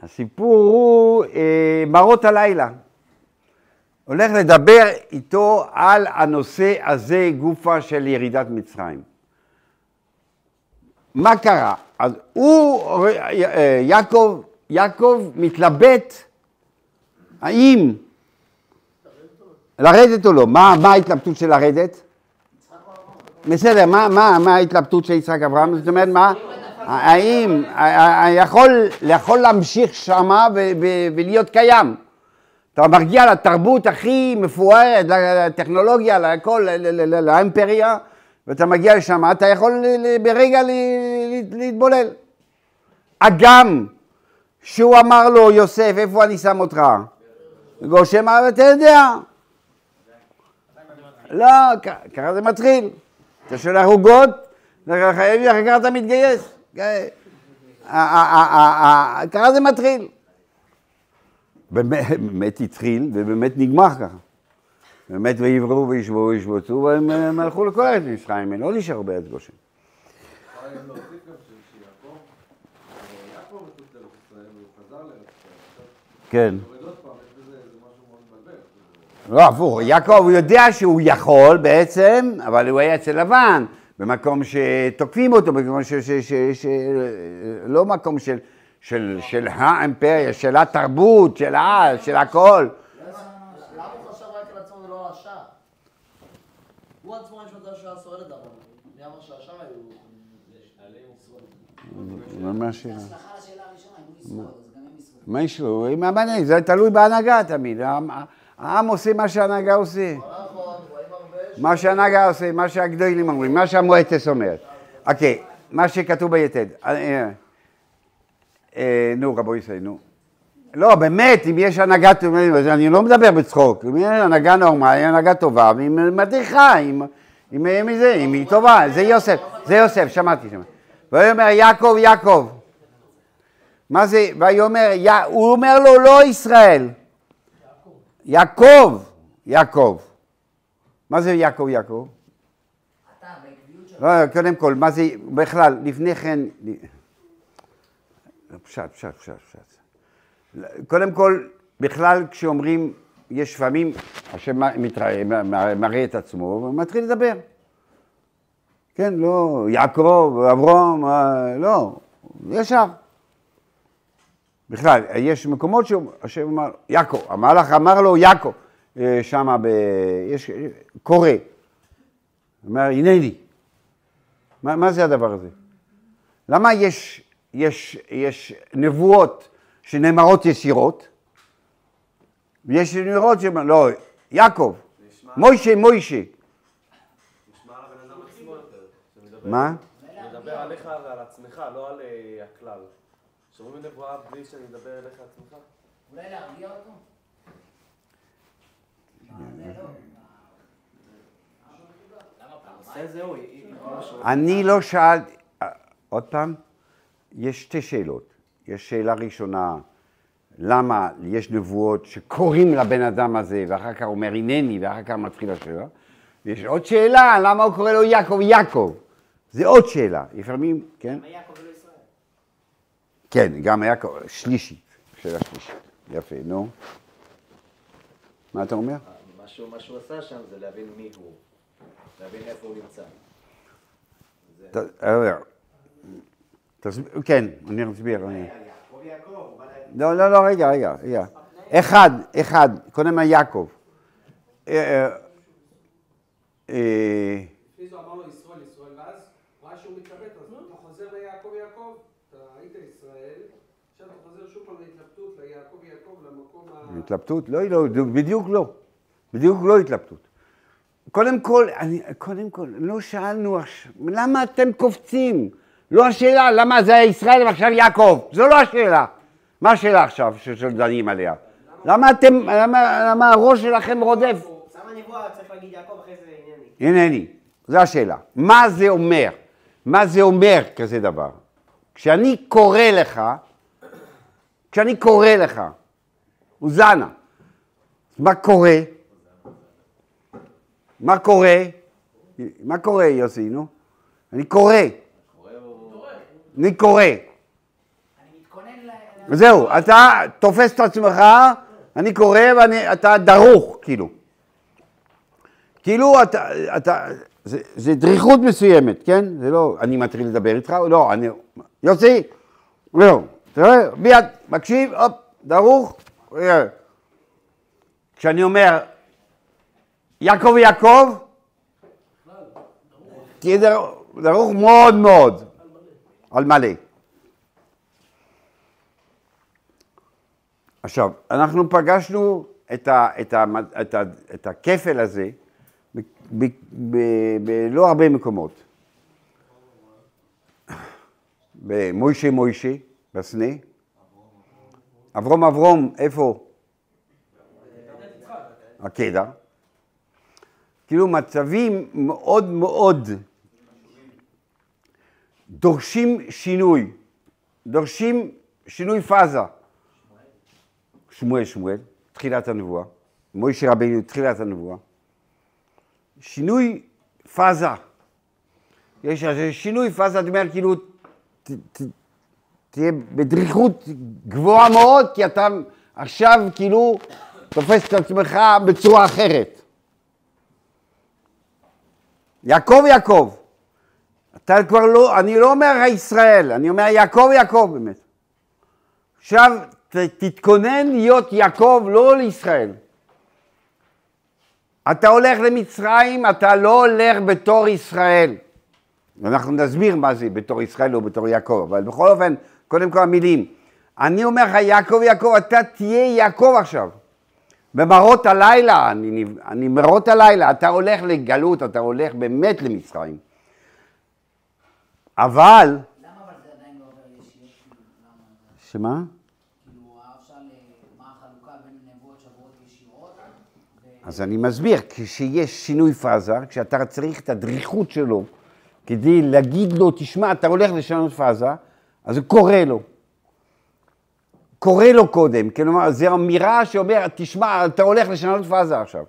הסיפור הוא מראות הלילה. הולך לדבר איתו על הנושא הזה, גופה של ירידת מצרים. מה קרה? אז יעקב מתלבט האם לרדת או לא. מה ההתלבטות של לרדת? בסדר, מה ההתלבטות של יצחק אברהם? זאת אומרת, האם יכול להמשיך שמה ולהיות קיים? אתה מגיע לתרבות הכי מפוארת, לטכנולוגיה, לכל, לאימפריה, ואתה מגיע לשם, אתה יכול ברגע להתבולל. אגם, שהוא אמר לו, יוסף, איפה אני שם אותך? גושם, אתה יודע. לא, ככה זה מתחיל. אתה שולח עוגות, אחר כך אתה מתגייס. ככה זה מתחיל. באמת התחיל ובאמת נגמר ככה. באמת ויבררו וישבו וישבוצו, והם הלכו לכל ארץ מצרים, הם לא נשארו בארץ גושן. להוסיף גם שיעקב מחוץ לארץ ישראל, והוא חזר לארץ ישראל. כן. עוד פעם, יש בזה משהו מאוד מבלבל. לא, הפוך, יעקב הוא יודע שהוא יכול בעצם, אבל הוא היה אצל לבן, במקום שתוקפים אותו, במקום לא מקום של האימפריה, של התרבות, של הכל. למה הוא חשב רק על עצמו ולא על השאר? הוא עצמו יש מצב שהוא היה שורד את דבר. מי אמר שהשאר היו... מה השאלה? הצלחה לשאלה הראשונה, אם הוא ישרוד, אז גם הם ישרוד. מה יש לו? זה תלוי בהנהגה תמיד. העם עושה מה שההנהגה עושה. מה שההנהגה עושה, מה שהגדולים אומרים, מה שהמועצת אומרת. אוקיי, מה שכתוב ביתד. נו, רבו ישראל, נו. לא, באמת, אם יש הנהגה, אני לא מדבר בצחוק, אם יש הנהגה נורמלית, הנהגה טובה, והיא מדריכה, אם היא טובה, זה יוסף, שמעתי. והוא אומר, יעקב. מה זה? הוא אומר לו, לא ישראל. יעקב. מה זה יעקב? אתה, בעקביות שלך. לא, קודם כל, מה זה, בכלל, לפני כן, פשט. קודם כל, בכלל, כשאומרים, יש לפעמים, השם מראה את עצמו, ומתחיל לדבר. כן, לא, יעקב, אברהם, לא, ישר. בכלל, יש מקומות שהשם אמר, יעקב, המלאך אמר לו יעקב, שמה יש קורא. אומר, הנני. מה זה הדבר הזה? למה יש נבואות שנאמרות ישירות, ויש נבואות שאומרות, לא, יעקב, מוישה. נשמע על הבן אדם עצמו יותר. מה? מדבר עליך ועל עצמך, לא על הכלל. שאומרים נבואה בלי שאני מדבר אליך עצמך? אולי להרגיע אותו? אני לא שאלתי, עוד פעם, יש שתי שאלות. יש שאלה ראשונה, למה יש נבואות שקוראים לבן אדם הזה, ואחר כך אומר הנני, ואחר כך מתחיל השאלה. ויש עוד שאלה, למה הוא קורא לו יעקב? זה עוד שאלה. לפעמים, כן? מה יעקב ולא ישראל? כן, גם יעקב, שלישית, שאלה שלישית. יפה, נו. מה אתה אומר? מה שהוא עשה שם זה להבין מי הוא, להבין איפה הוא נמצא. כן, אני אסביר. לא, רגע. אחד, קודם יעקב. לפני זה אמר לו ישראל, ואז הוא ראה שהוא מתלבט, אז אתה חוזר ליעקב, אתה היית ישראל, עכשיו אתה חוזר שוב פעם להתלבטות, ליעקב, למקום ה... התלבטות? לא, בדיוק לא התלבטות. קודם כל, לא שאלנו, למה אתם קופצים? לא השאלה, למה זה ישראל ועכשיו יעקב? זו לא השאלה. מה השאלה עכשיו שדנים עליה? למה הראש שלכם רודף? למה נבואה צריך להגיד יעקב אחרי זה הנני. זו השאלה. מה זה אומר? מה זה אומר כזה דבר? כשאני קורא לך, הוזנה, מה קורה? מה קורה, יוסי, נו? אני קורא. אני מתכונן וזהו, אתה תופס את עצמך, אני קורא ואתה דרוך, כאילו. כאילו אתה, זה דריכות מסוימת, כן? זה לא, אני מתחיל לדבר איתך, לא, אני, יוסי, לא, תראה, מיד, מקשיב, הופ, דרוך, כשאני אומר, יעקב יעקב, תהיה דרוך מאוד מאוד, על מלא. עכשיו, אנחנו פגשנו את הכפל הזה בלא הרבה מקומות. במוישה מוישה, בסנה. אברום, איפה? עקדה. כאילו מצבים מאוד מאוד דורשים שינוי פאזה. שמואל, תחילת הנבואה. מוישה רבינו, תחילת הנבואה. שינוי פאזה. יש שינוי פאזה, זאת אומרת, כאילו, תהיה בדריכות גבוהה מאוד, כי אתה עכשיו כאילו תופס את עצמך בצורה אחרת. יעקב. אתה כבר לא, אני לא אומר ישראל, אני אומר יעקב באמת. עכשיו תתכונן להיות יעקב, לא לישראל. אתה הולך למצרים, אתה לא הולך בתור ישראל. אנחנו נסביר מה זה בתור ישראל או בתור יעקב, אבל בכל אופן, קודם כל המילים. אני אומר לך, יעקב, אתה תהיה יעקב עכשיו. במראות הלילה, אני מראות הלילה, אתה הולך לגלות, אתה הולך באמת למצרים. אבל... למה אבל זה עדיין לא עובר ישיר? שמה? כאילו, אפשר מה החלוקה בין נבואות שבועות ישירות? אז אני מסביר, כשיש שינוי פאזה, כשאתה צריך את הדריכות שלו, כדי להגיד לו, תשמע, אתה הולך לשנות פאזה, אז הוא קורא לו קודם, כלומר, זו אמירה שאומר, תשמע, אתה הולך לשנות פאזה עכשיו.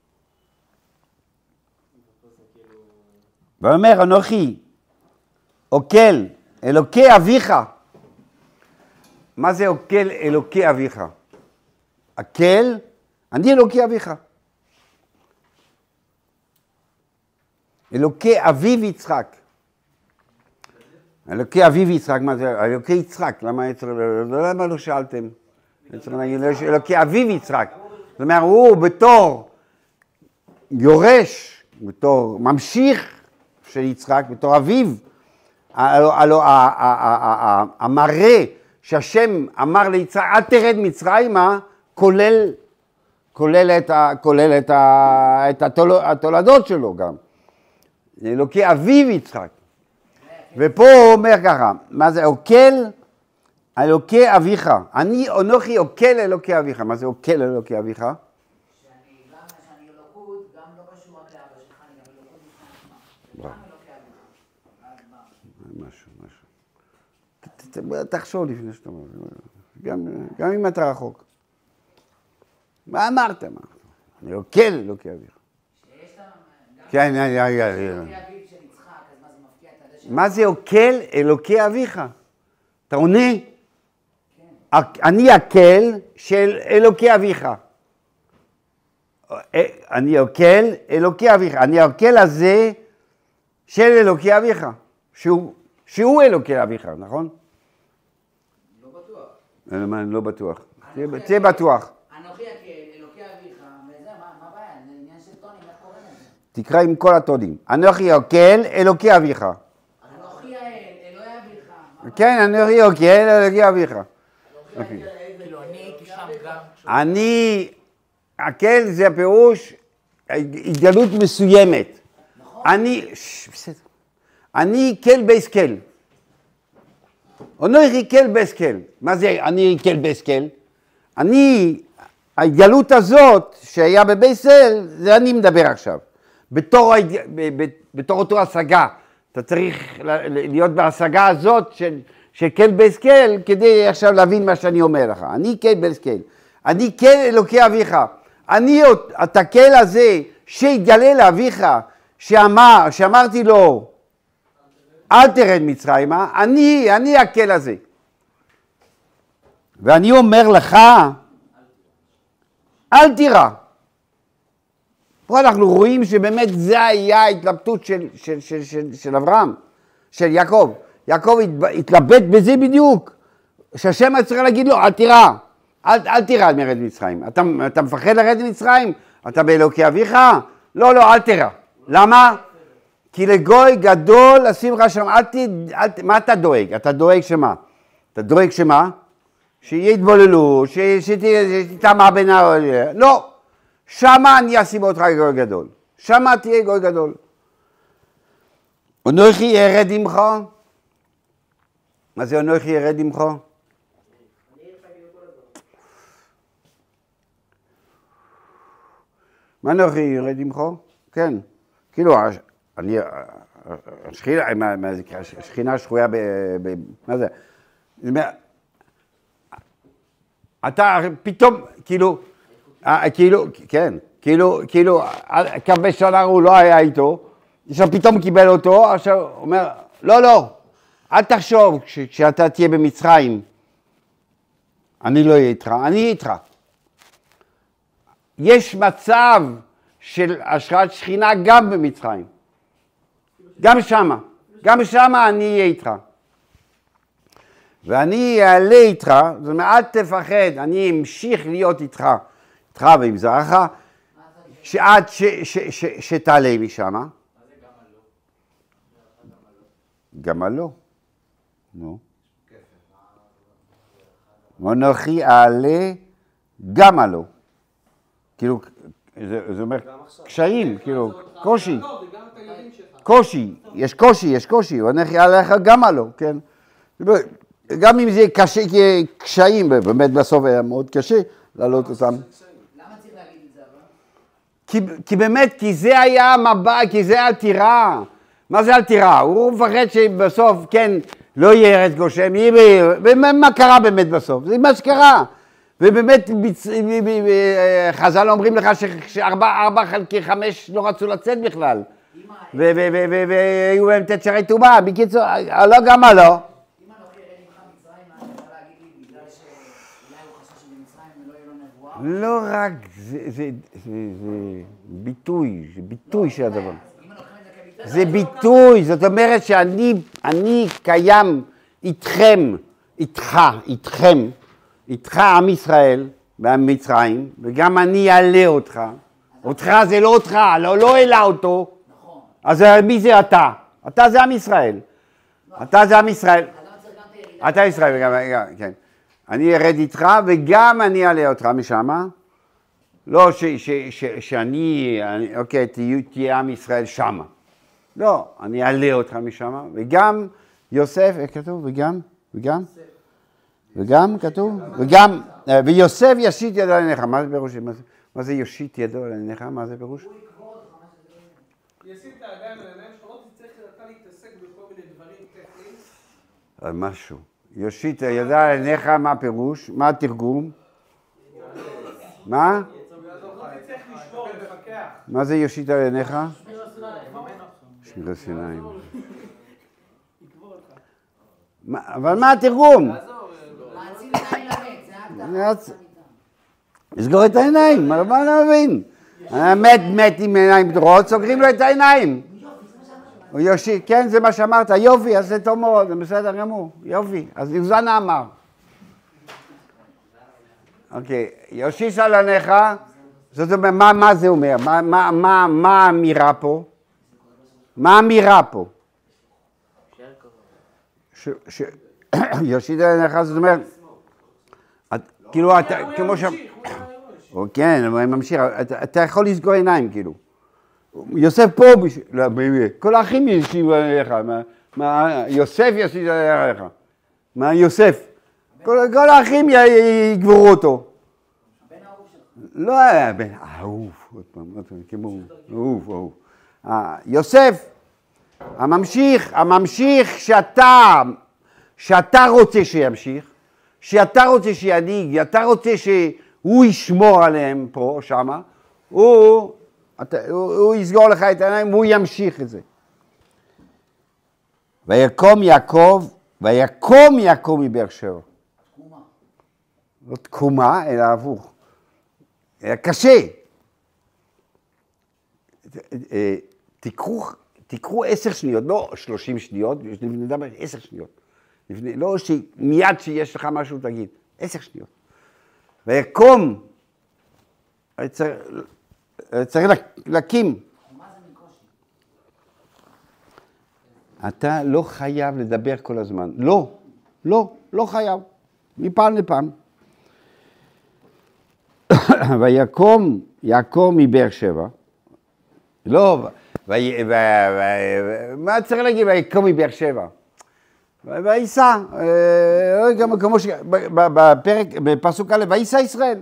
ואומר, אנוכי, אוכל, אלוקי אביך. מה זה אוכל אלוקי אביך? אכל, אני אלוקי אביך. אלוקי אביו יצחק. אלוקי אביו יצחק, מה זה? אלוקי יצחק, למה לא שאלתם? אלוקי אביו יצחק. זאת אומרת, הוא בתור יורש, בתור ממשיך של יצחק, בתור אביו, הלוא המראה שהשם אמר ליצחק, אל תרד מצרימה, כולל את התולדות שלו גם. אלוקי אביו יצחק. ופה הוא אומר ככה, מה זה אוכל אלוקי אביך. אנוכי אוכל אלוקי אביך. מה זה אוכל אלוקי אביך? שאני אלוקות, גם לא קשור רק לאבא שלך, אני גם אלוקות בפני עצמה. גם אלוקי אביך. משהו. תחשוב לפני שאתה אומר, גם אם אתה רחוק. מה אמרת? אני אוכל אלוקי אביך. כן, אלוקי אביו של יצחק, אז מה זה מפקיע את הדשא? מה זה אוכל אלוקי אביך? אתה עונה? אני אכל של אלוקי אביך. אני אוכל אלוקי אביך. אני אוכל הזה של אלוקי אביך. שהוא אלוקי אביך, נכון? לא בטוח. אני לא בטוח. תהיה בטוח. אנוכי אלוקי אביך, וזה, מה הבעיה? זה עניין של טונים, איך קוראים לזה? תקרא עם כל הטונים. אנוכי אוכל אלוקי אביך. אנוכי אלוהי אביך. כן, אנוכי אוכל אלוקי אביך. כאילו, אני הייתי שם גם. אני, אכל זה הפירוש התגלות מסוימת. אני כל בייס כל. אנוכי כל בייס כל. מה זה אני כל בייס כל? ההתגלות הזאת שהיה בבייס אל, זה אני מדבר עכשיו. בתור אותו השגה. אתה צריך להיות בהשגה הזאת של כל בייס כל, כדי עכשיו להבין מה שאני אומר לך. אני כל בייס כל. אני כל אלוקי אביך. אני את הקל הזה שהתגלה לאביך, שאמרתי לו, אל תרד מצרימה, אני הקל הזה. ואני אומר לך, אל תירא. פה אנחנו רואים שבאמת זה היה ההתלבטות של אברהם, של יעקב. יעקב התלבט בזה בדיוק, שהשם היה צריך להגיד לו, אל תירא. אל תירא מרד מצרים. אתה מפחד לרד מצרים? אתה באלוקי אביך? לא, לא, אל תירא. למה? כי לגוי גדול לשים לך שם, מה אתה דואג? אתה דואג שמה? אתה דואג שמה? שיהיה התבוללו, שתטמע בין לא. שמה אני אשים אותך גוי גדול. שמה תהיה גוי גדול. אנוכי ירד עמך. מה זה אנוכי ירד עמך? מה אנוכי ירד עמך? כן. כאילו, השכינה שרויה מה זה? אתה פתאום, כאילו, כן, כאילו, כמה שנה הוא לא היה איתו, עכשיו פתאום קיבל אותו, עכשיו הוא אומר, לא, לא, אל תחשוב כשאתה תהיה במצרים, אני לא אהיה איתך, אני אהיה איתך. יש מצב של השראת שכינה גם במצרים, גם שמה אני אהיה איתך. ואני אעלה איתך, זאת אומרת, אל תפחד, אני אמשיך להיות איתך ועם זרעך, שעד שתעלה משם. מה זה גמל לא? נו. אנוכי אעלה גמל לא. כאילו, זה אומר קשיים, כאילו, קושי. יש קושי, ואנוכי אעלה לך גמל לא, כן. גם אם זה קשה, קשיים, באמת בסוף היה מאוד קשה לעלות אותם. למה צריך להגיד את זה אבל? כי באמת, כי זה היה מבע, כי זה אל תירא. מה זה אל תירא? הוא מפחד שבסוף, כן, לא יהיה ארץ גושם, ומה קרה באמת בסוף? זה מה שקרה. ובאמת, חז"ל אומרים לך ש4 חלקי 5 לא רצו לצאת בכלל. והיו בהם תצרי טומאה. בקיצור, לא גם מה לא. לא רק, זה ביטוי של הדבר. זה ביטוי, זאת אומרת שאני קיים איתכם, איתך עם ישראל במצרים, וגם אני אעלה אותך. אותך זה לא אותך, לא העלה אותו. אז מי זה אתה? אתה זה עם ישראל. אתה זה עם ישראל. אתה ישראל, כן. אני ארד איתך וגם אני אעלה אותך משם. לא שאני, אוקיי, תהיה עם ישראל שמה. לא, אני אעלה אותך משם. וגם יוסף, כתוב, וגם כתוב, ויוסף יושיט ידו על עיניך. מה זה פירוש? מה זה יושיט ידו על עיניך? מה זה פירוש? ישים את הידיים על העיניים שלך, לא תצטרך אתה להתעסק בכל מיני דברים טכניים. על משהו. יושיט ידע על עיניך, מה הפירוש? מה התרגום? מה? מה זה יושיט על עיניך? שמירת סיני. אבל מה התרגום? לסגור את העיניים, מה אני מבין? מת עם עיניים פתוחות, סוגרים לו את העיניים. יושי, כן, זה מה שאמרת, יופי, אז זה טוב מאוד, זה בסדר גמור, יופי, אז יוזנה אמר. אוקיי, יושיש על עיניך, זאת אומרת, מה זה אומר? מה האמירה פה? מה האמירה פה? יושיש על עיניך, זאת אומרת, כאילו, כמו ש... כן, הוא ממשיך, אתה יכול לסגור עיניים, כאילו. יוסף פה, כל האחים ישיבו עליך, יוסף ישיב עליך, מה יוסף? כל האחים יגברו אותו. הבן האהוב שלך. לא היה בן אהוב, עוד פעם, כמו אהוב. יוסף, הממשיך שאתה רוצה שימשיך, שאתה רוצה שינהיג, אתה רוצה שהוא ישמור עליהם פה, שמה, הוא יסגור לך את העיניים והוא ימשיך את זה. ויקום יעקב מבאר שבע. לא תקומה, אלא הפוך. היה קשה. תיקחו 10 שניות, לא 30 שניות, נדבר 10 שניות. לא מיד שיש לך משהו תגיד, 10 שניות. ויקום, צריך להקים. מה זה מקושי? אתה לא חייב לדבר כל הזמן. לא חייב. מפעם לפעם. ויקום מבאר שבע. לא, מה צריך להגיד? ויקום מבאר שבע. וייסע, כמו בפרק, בפסוק א', וייסע ישראל.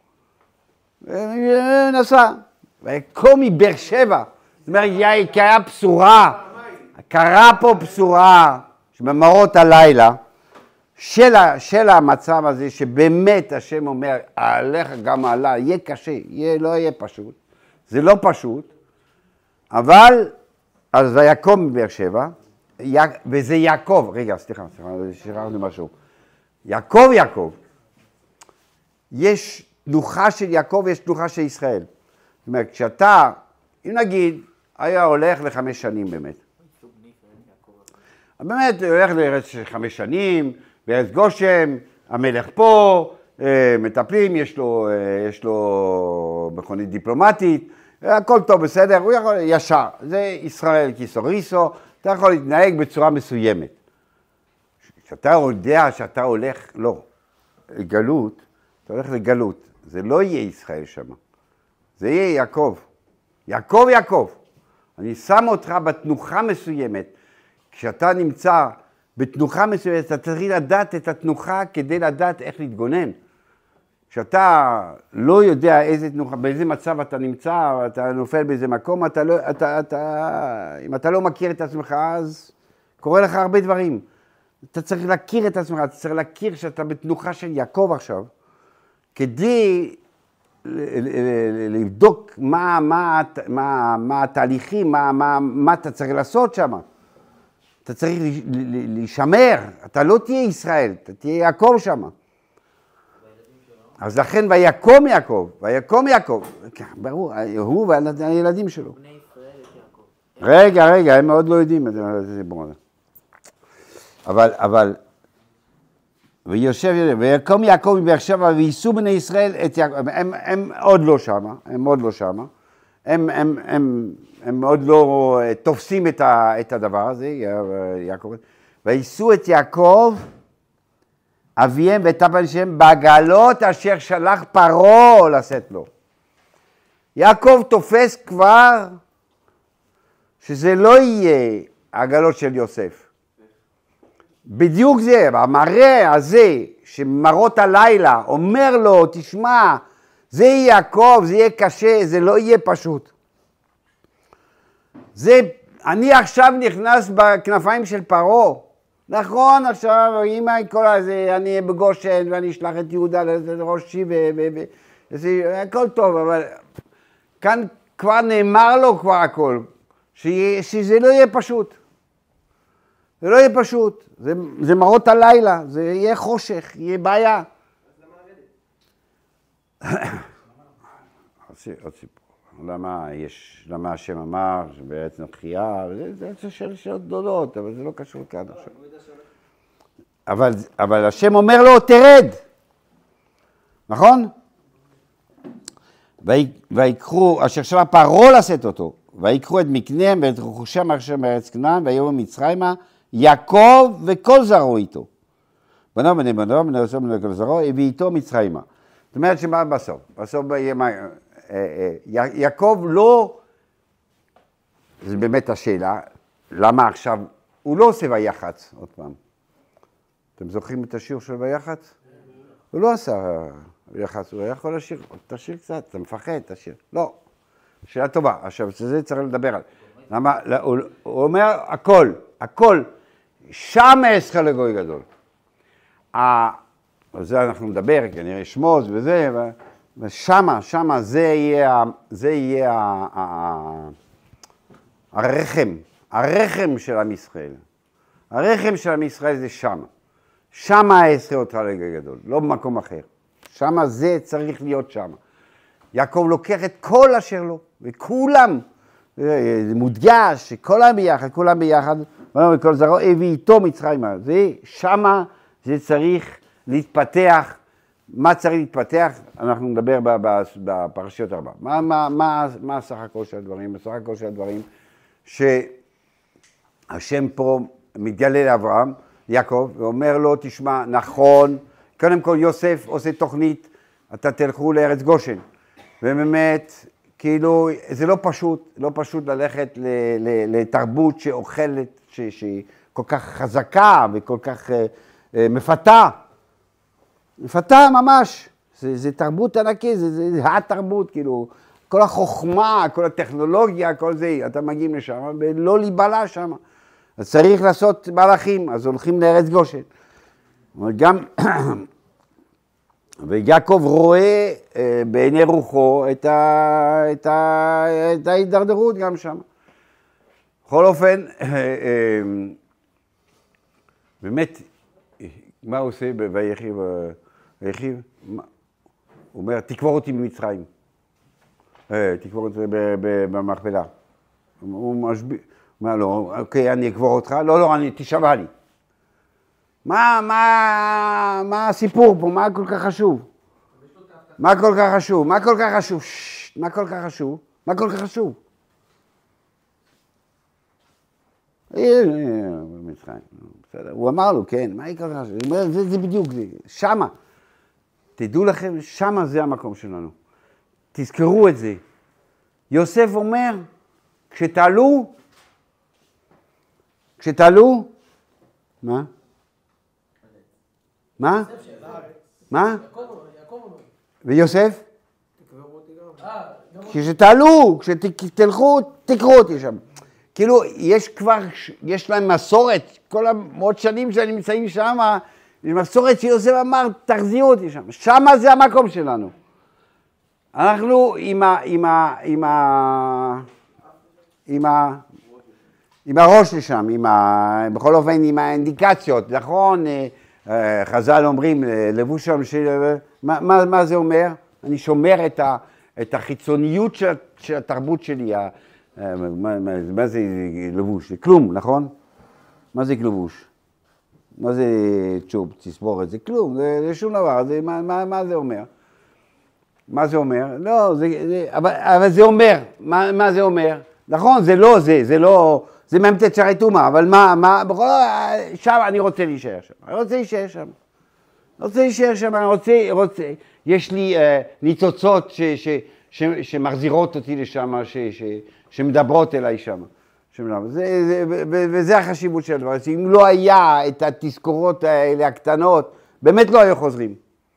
נסע. ויקום מבאר שבע. זאת אומרת, קרה בשורה. קרה פה בשורה שבמראות הלילה של המצב הזה, שבאמת השם אומר, עליך גם עלה, יהיה קשה, לא יהיה פשוט. זה לא פשוט, אבל, אז ויקום מבאר שבע, וזה יעקב, רגע, סליחה, שכחנו משהו. יעקב, יש תנוחה של יעקב ויש תנוחה של ישראל. זאת אומרת, כשאתה, אם נגיד, היה הולך ל5 שנים באמת. באמת, הולך לארץ של 5 שנים, בארץ גושם, המלך פה, מטפלים, יש לו מכונית דיפלומטית, הכל טוב, בסדר, הוא יכול ישר, זה ישראל כיסוריסו, אתה יכול להתנהג בצורה מסוימת. כשאתה יודע שאתה הולך, לא, לגלות, אתה הולך לגלות, זה לא יהיה ישראל שם, זה יהיה יעקב. יעקב, אני שם אותך בתנוחה מסוימת. כשאתה נמצא בתנוחה מסוימת, אתה צריך לדעת את התנוחה כדי לדעת איך להתגונן. כשאתה לא יודע איזה תנוחה, באיזה מצב אתה נמצא, אתה נופל באיזה מקום, אם אתה לא מכיר את עצמך, אז קורה לך הרבה דברים. אתה צריך להכיר את עצמך, אתה צריך להכיר שאתה בתנוחה של יעקב עכשיו, כדי לבדוק מה התהליכים, מה אתה צריך לעשות שם. אתה צריך להישמר, אתה לא תהיה ישראל, אתה תהיה יעקב שם. אז לכן ויקום יעקב, ברור, הוא והילדים שלו. בני ישראל את יעקב. רגע, הם עוד לא יודעים את זה. אבל, ויקום יעקב מבאר שבע וייסעו בני ישראל את יעקב, הם עוד לא שמה, הם עוד לא תופסים את הדבר הזה, יעקב, וייסעו את יעקב, אביהם ואת בניהם בעגלות אשר שלח פרעה לשאת לו. יעקב תופס כבר שזה לא יהיה העגלות של יוסף. בדיוק זה, המראה הזה שמראות הלילה אומר לו, תשמע, זה יהיה יעקב, זה יהיה קשה, זה לא יהיה פשוט. אני עכשיו נכנס בכנפיים של פרעה. נכון, עכשיו, אמא, כל הזה, אני אהיה בגושן ואני אשלח את יהודה לראשי הכל טוב, אבל כאן כבר נאמר לו כבר הכל, שזה לא יהיה פשוט. זה לא יהיה פשוט, זה מראות הלילה, זה יהיה חושך, יהיה בעיה. עוד סיפור. למה השם אמר שבארץ נוכחיה, זה שאלות גדולות, אבל זה לא קשור כאן עכשיו. אבל השם אומר לו, תרד, נכון? ויקחו, אשר שלח פרעה לשאת אותו, ויקחו את מקניהם ואת רכושם אשר בארץ כנען, ויבואו מצרימה, יעקב וכל זרעו איתו. בנו בני כל זרעו, הביא איתו מצרימה. זאת אומרת שמה בסוף? בסוף יעקב לא, זה באמת השאלה, למה עכשיו, הוא לא עושה ויחץ, עוד פעם. אתם זוכרים את השיר של ויחץ? הוא לא עשה ויחץ, הוא יכול לשיר, תשיר קצת, אתה מפחד, תשיר. לא, שאלה טובה, עכשיו, זה צריך לדבר על. למה, הוא אומר הכל, שם אעשך לגוי גדול. על זה אנחנו נדבר, כנראה שמוז וזה, ושמה זה יהיה הרחם של עם ישראל. הרחם של עם ישראל זה שמה. שמה אעשה אותך לגוי גדול, לא במקום אחר. שמה זה צריך להיות שמה. יעקב לוקח את כל אשר לו, וכולם, זה מודגש, כולם ביחד, וכל זרעו הביא איתו מצרימה. זה שמה, זה צריך להתפתח. מה צריך להתפתח? אנחנו נדבר בפרשיות הבאה. מה הסך הכל של הדברים? הסך הכל של הדברים שהשם פה מתגלה לאברהם, יעקב, ואומר לו, תשמע, נכון, קודם כל יוסף עושה תוכנית, אתה תלכו לארץ גושן. ובאמת, כאילו, זה לא פשוט ללכת לתרבות שאוכלת, שהיא כל כך חזקה וכל כך מפתה ממש. זה תרבות ענקית, זה התרבות, כאילו, כל החוכמה, כל הטכנולוגיה, כל זה, אתה מגיעים לשם, ולא להיבלע שם. אז צריך לעשות מהלכים, אז הולכים לארץ גושן. אבל גם, ויעקב רואה בעיני רוחו את ההידרדרות גם שם. בכל אופן, באמת, מה הוא עושה ויחי? הוא אומר, תקבור אותי במצרים. תקבור אותי במכפלה. הוא אומר לו, אוקיי, אני אקבור אותך. לא, תשבע לי. מה הסיפור פה? מה כל כך חשוב? מה כל כך חשוב? במצרים. בסדר. הוא אמר לו, כן, מה כל כך חשוב? הוא אומר, זה בדיוק זה. שמה. תדעו לכם, שמה זה המקום שלנו. תזכרו את זה. יוסף אומר, כשתעלו, מה? ויוסף? כשתעלו, כשתלכו, תקרו אותי שם. כאילו, יש להם מסורת, כל המאות שנים שאני נמצאים שם, יש מסורת שיוסף אמר, תחזירו אותי שם. שמה זה המקום שלנו. אנחנו עם הראש לשם, בכל אופן עם האינדיקציות, נכון? חז"ל אומרים, לבוש שם מה זה אומר? אני שומר את החיצוניות של התרבות שלי. מה זה לבוש? זה כלום, נכון? מה זה לבוש? מה זה צ'וב, תספורת? זה כלום, זה שום דבר. מה זה אומר? מה זה אומר? לא, אבל זה אומר. מה זה אומר? נכון, זה לא, זה ממתת שערי טומאה, אבל בכל שם אני רוצה להישאר שם. יש לי ניצוצות שמחזירות אותי לשם, שמדברות אליי שם. וזה החשיבות של הדבר. אם לא היה את התזכורות האלה הקטנות, באמת לא היו חוזרים.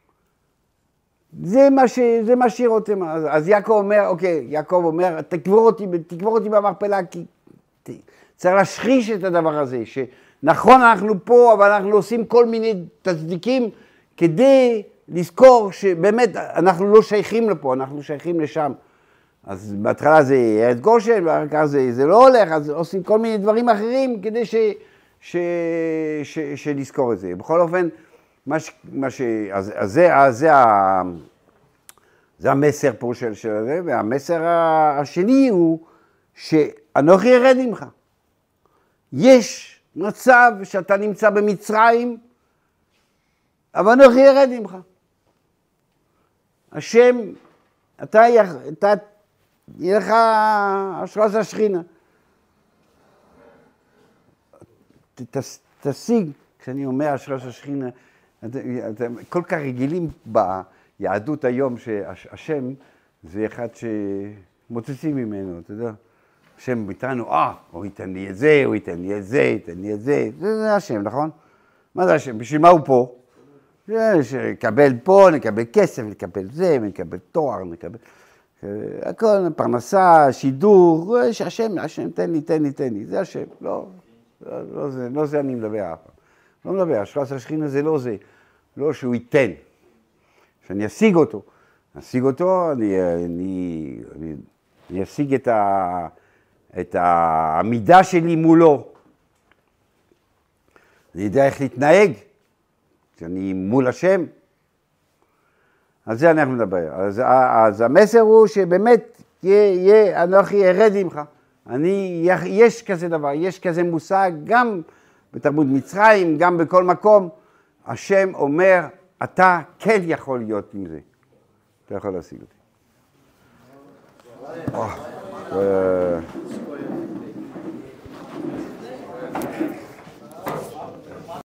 זה מה שרותם. אז יעקב אומר, אוקיי, תקבור אותי במכפלה, כי צריך להשחיש את הדבר הזה, שנכון אנחנו פה, אבל אנחנו עושים כל מיני תצדיקים כדי לזכור שבאמת אנחנו לא שייכים לפה, אנחנו שייכים לשם. אז בהתחלה זה ארץ גושן, ואחר כך זה לא הולך, אז עושים כל מיני דברים אחרים כדי שנזכור את זה. בכל אופן, זה המסר פה של זה, והמסר השני הוא שאנוכי ירד ממך. יש מצב שאתה נמצא במצרים, אבל אנוכי ירד ממך. השם, אתה יהיה לך השראת השכינה. תשיג, כשאני אומר השראת השכינה, אתם כל כך רגילים ביהדות היום שהשם זה אחד שמוצצים ממנו, אתה יודע. השם איתנו, הוא ייתן לי את זה, הוא ייתן לי את זה, ייתן לי את זה. זה השם, נכון? מה זה השם? בשביל מה הוא פה? נקבל פה, נקבל כסף, נקבל זה, נקבל תואר, נקבל... הכל, פרנסה, שידור, השם, תן לי, זה השם. לא זה אני מדבר אף פעם. לא מדבר, השראת השכינה זה לא זה. לא שהוא ייתן. שאני אשיג אותו. אני אשיג את העמידה שלי מולו. אני יודע איך להתנהג. כשאני מול השם. על זה אנחנו נדבר. אז המסר הוא שבאמת אנוכי ארד עמך. יש כזה דבר, יש כזה מושג גם בתרבות מצרים, גם בכל מקום. השם אומר, אתה כן יכול להיות עם זה. אתה יכול להשיג אותי.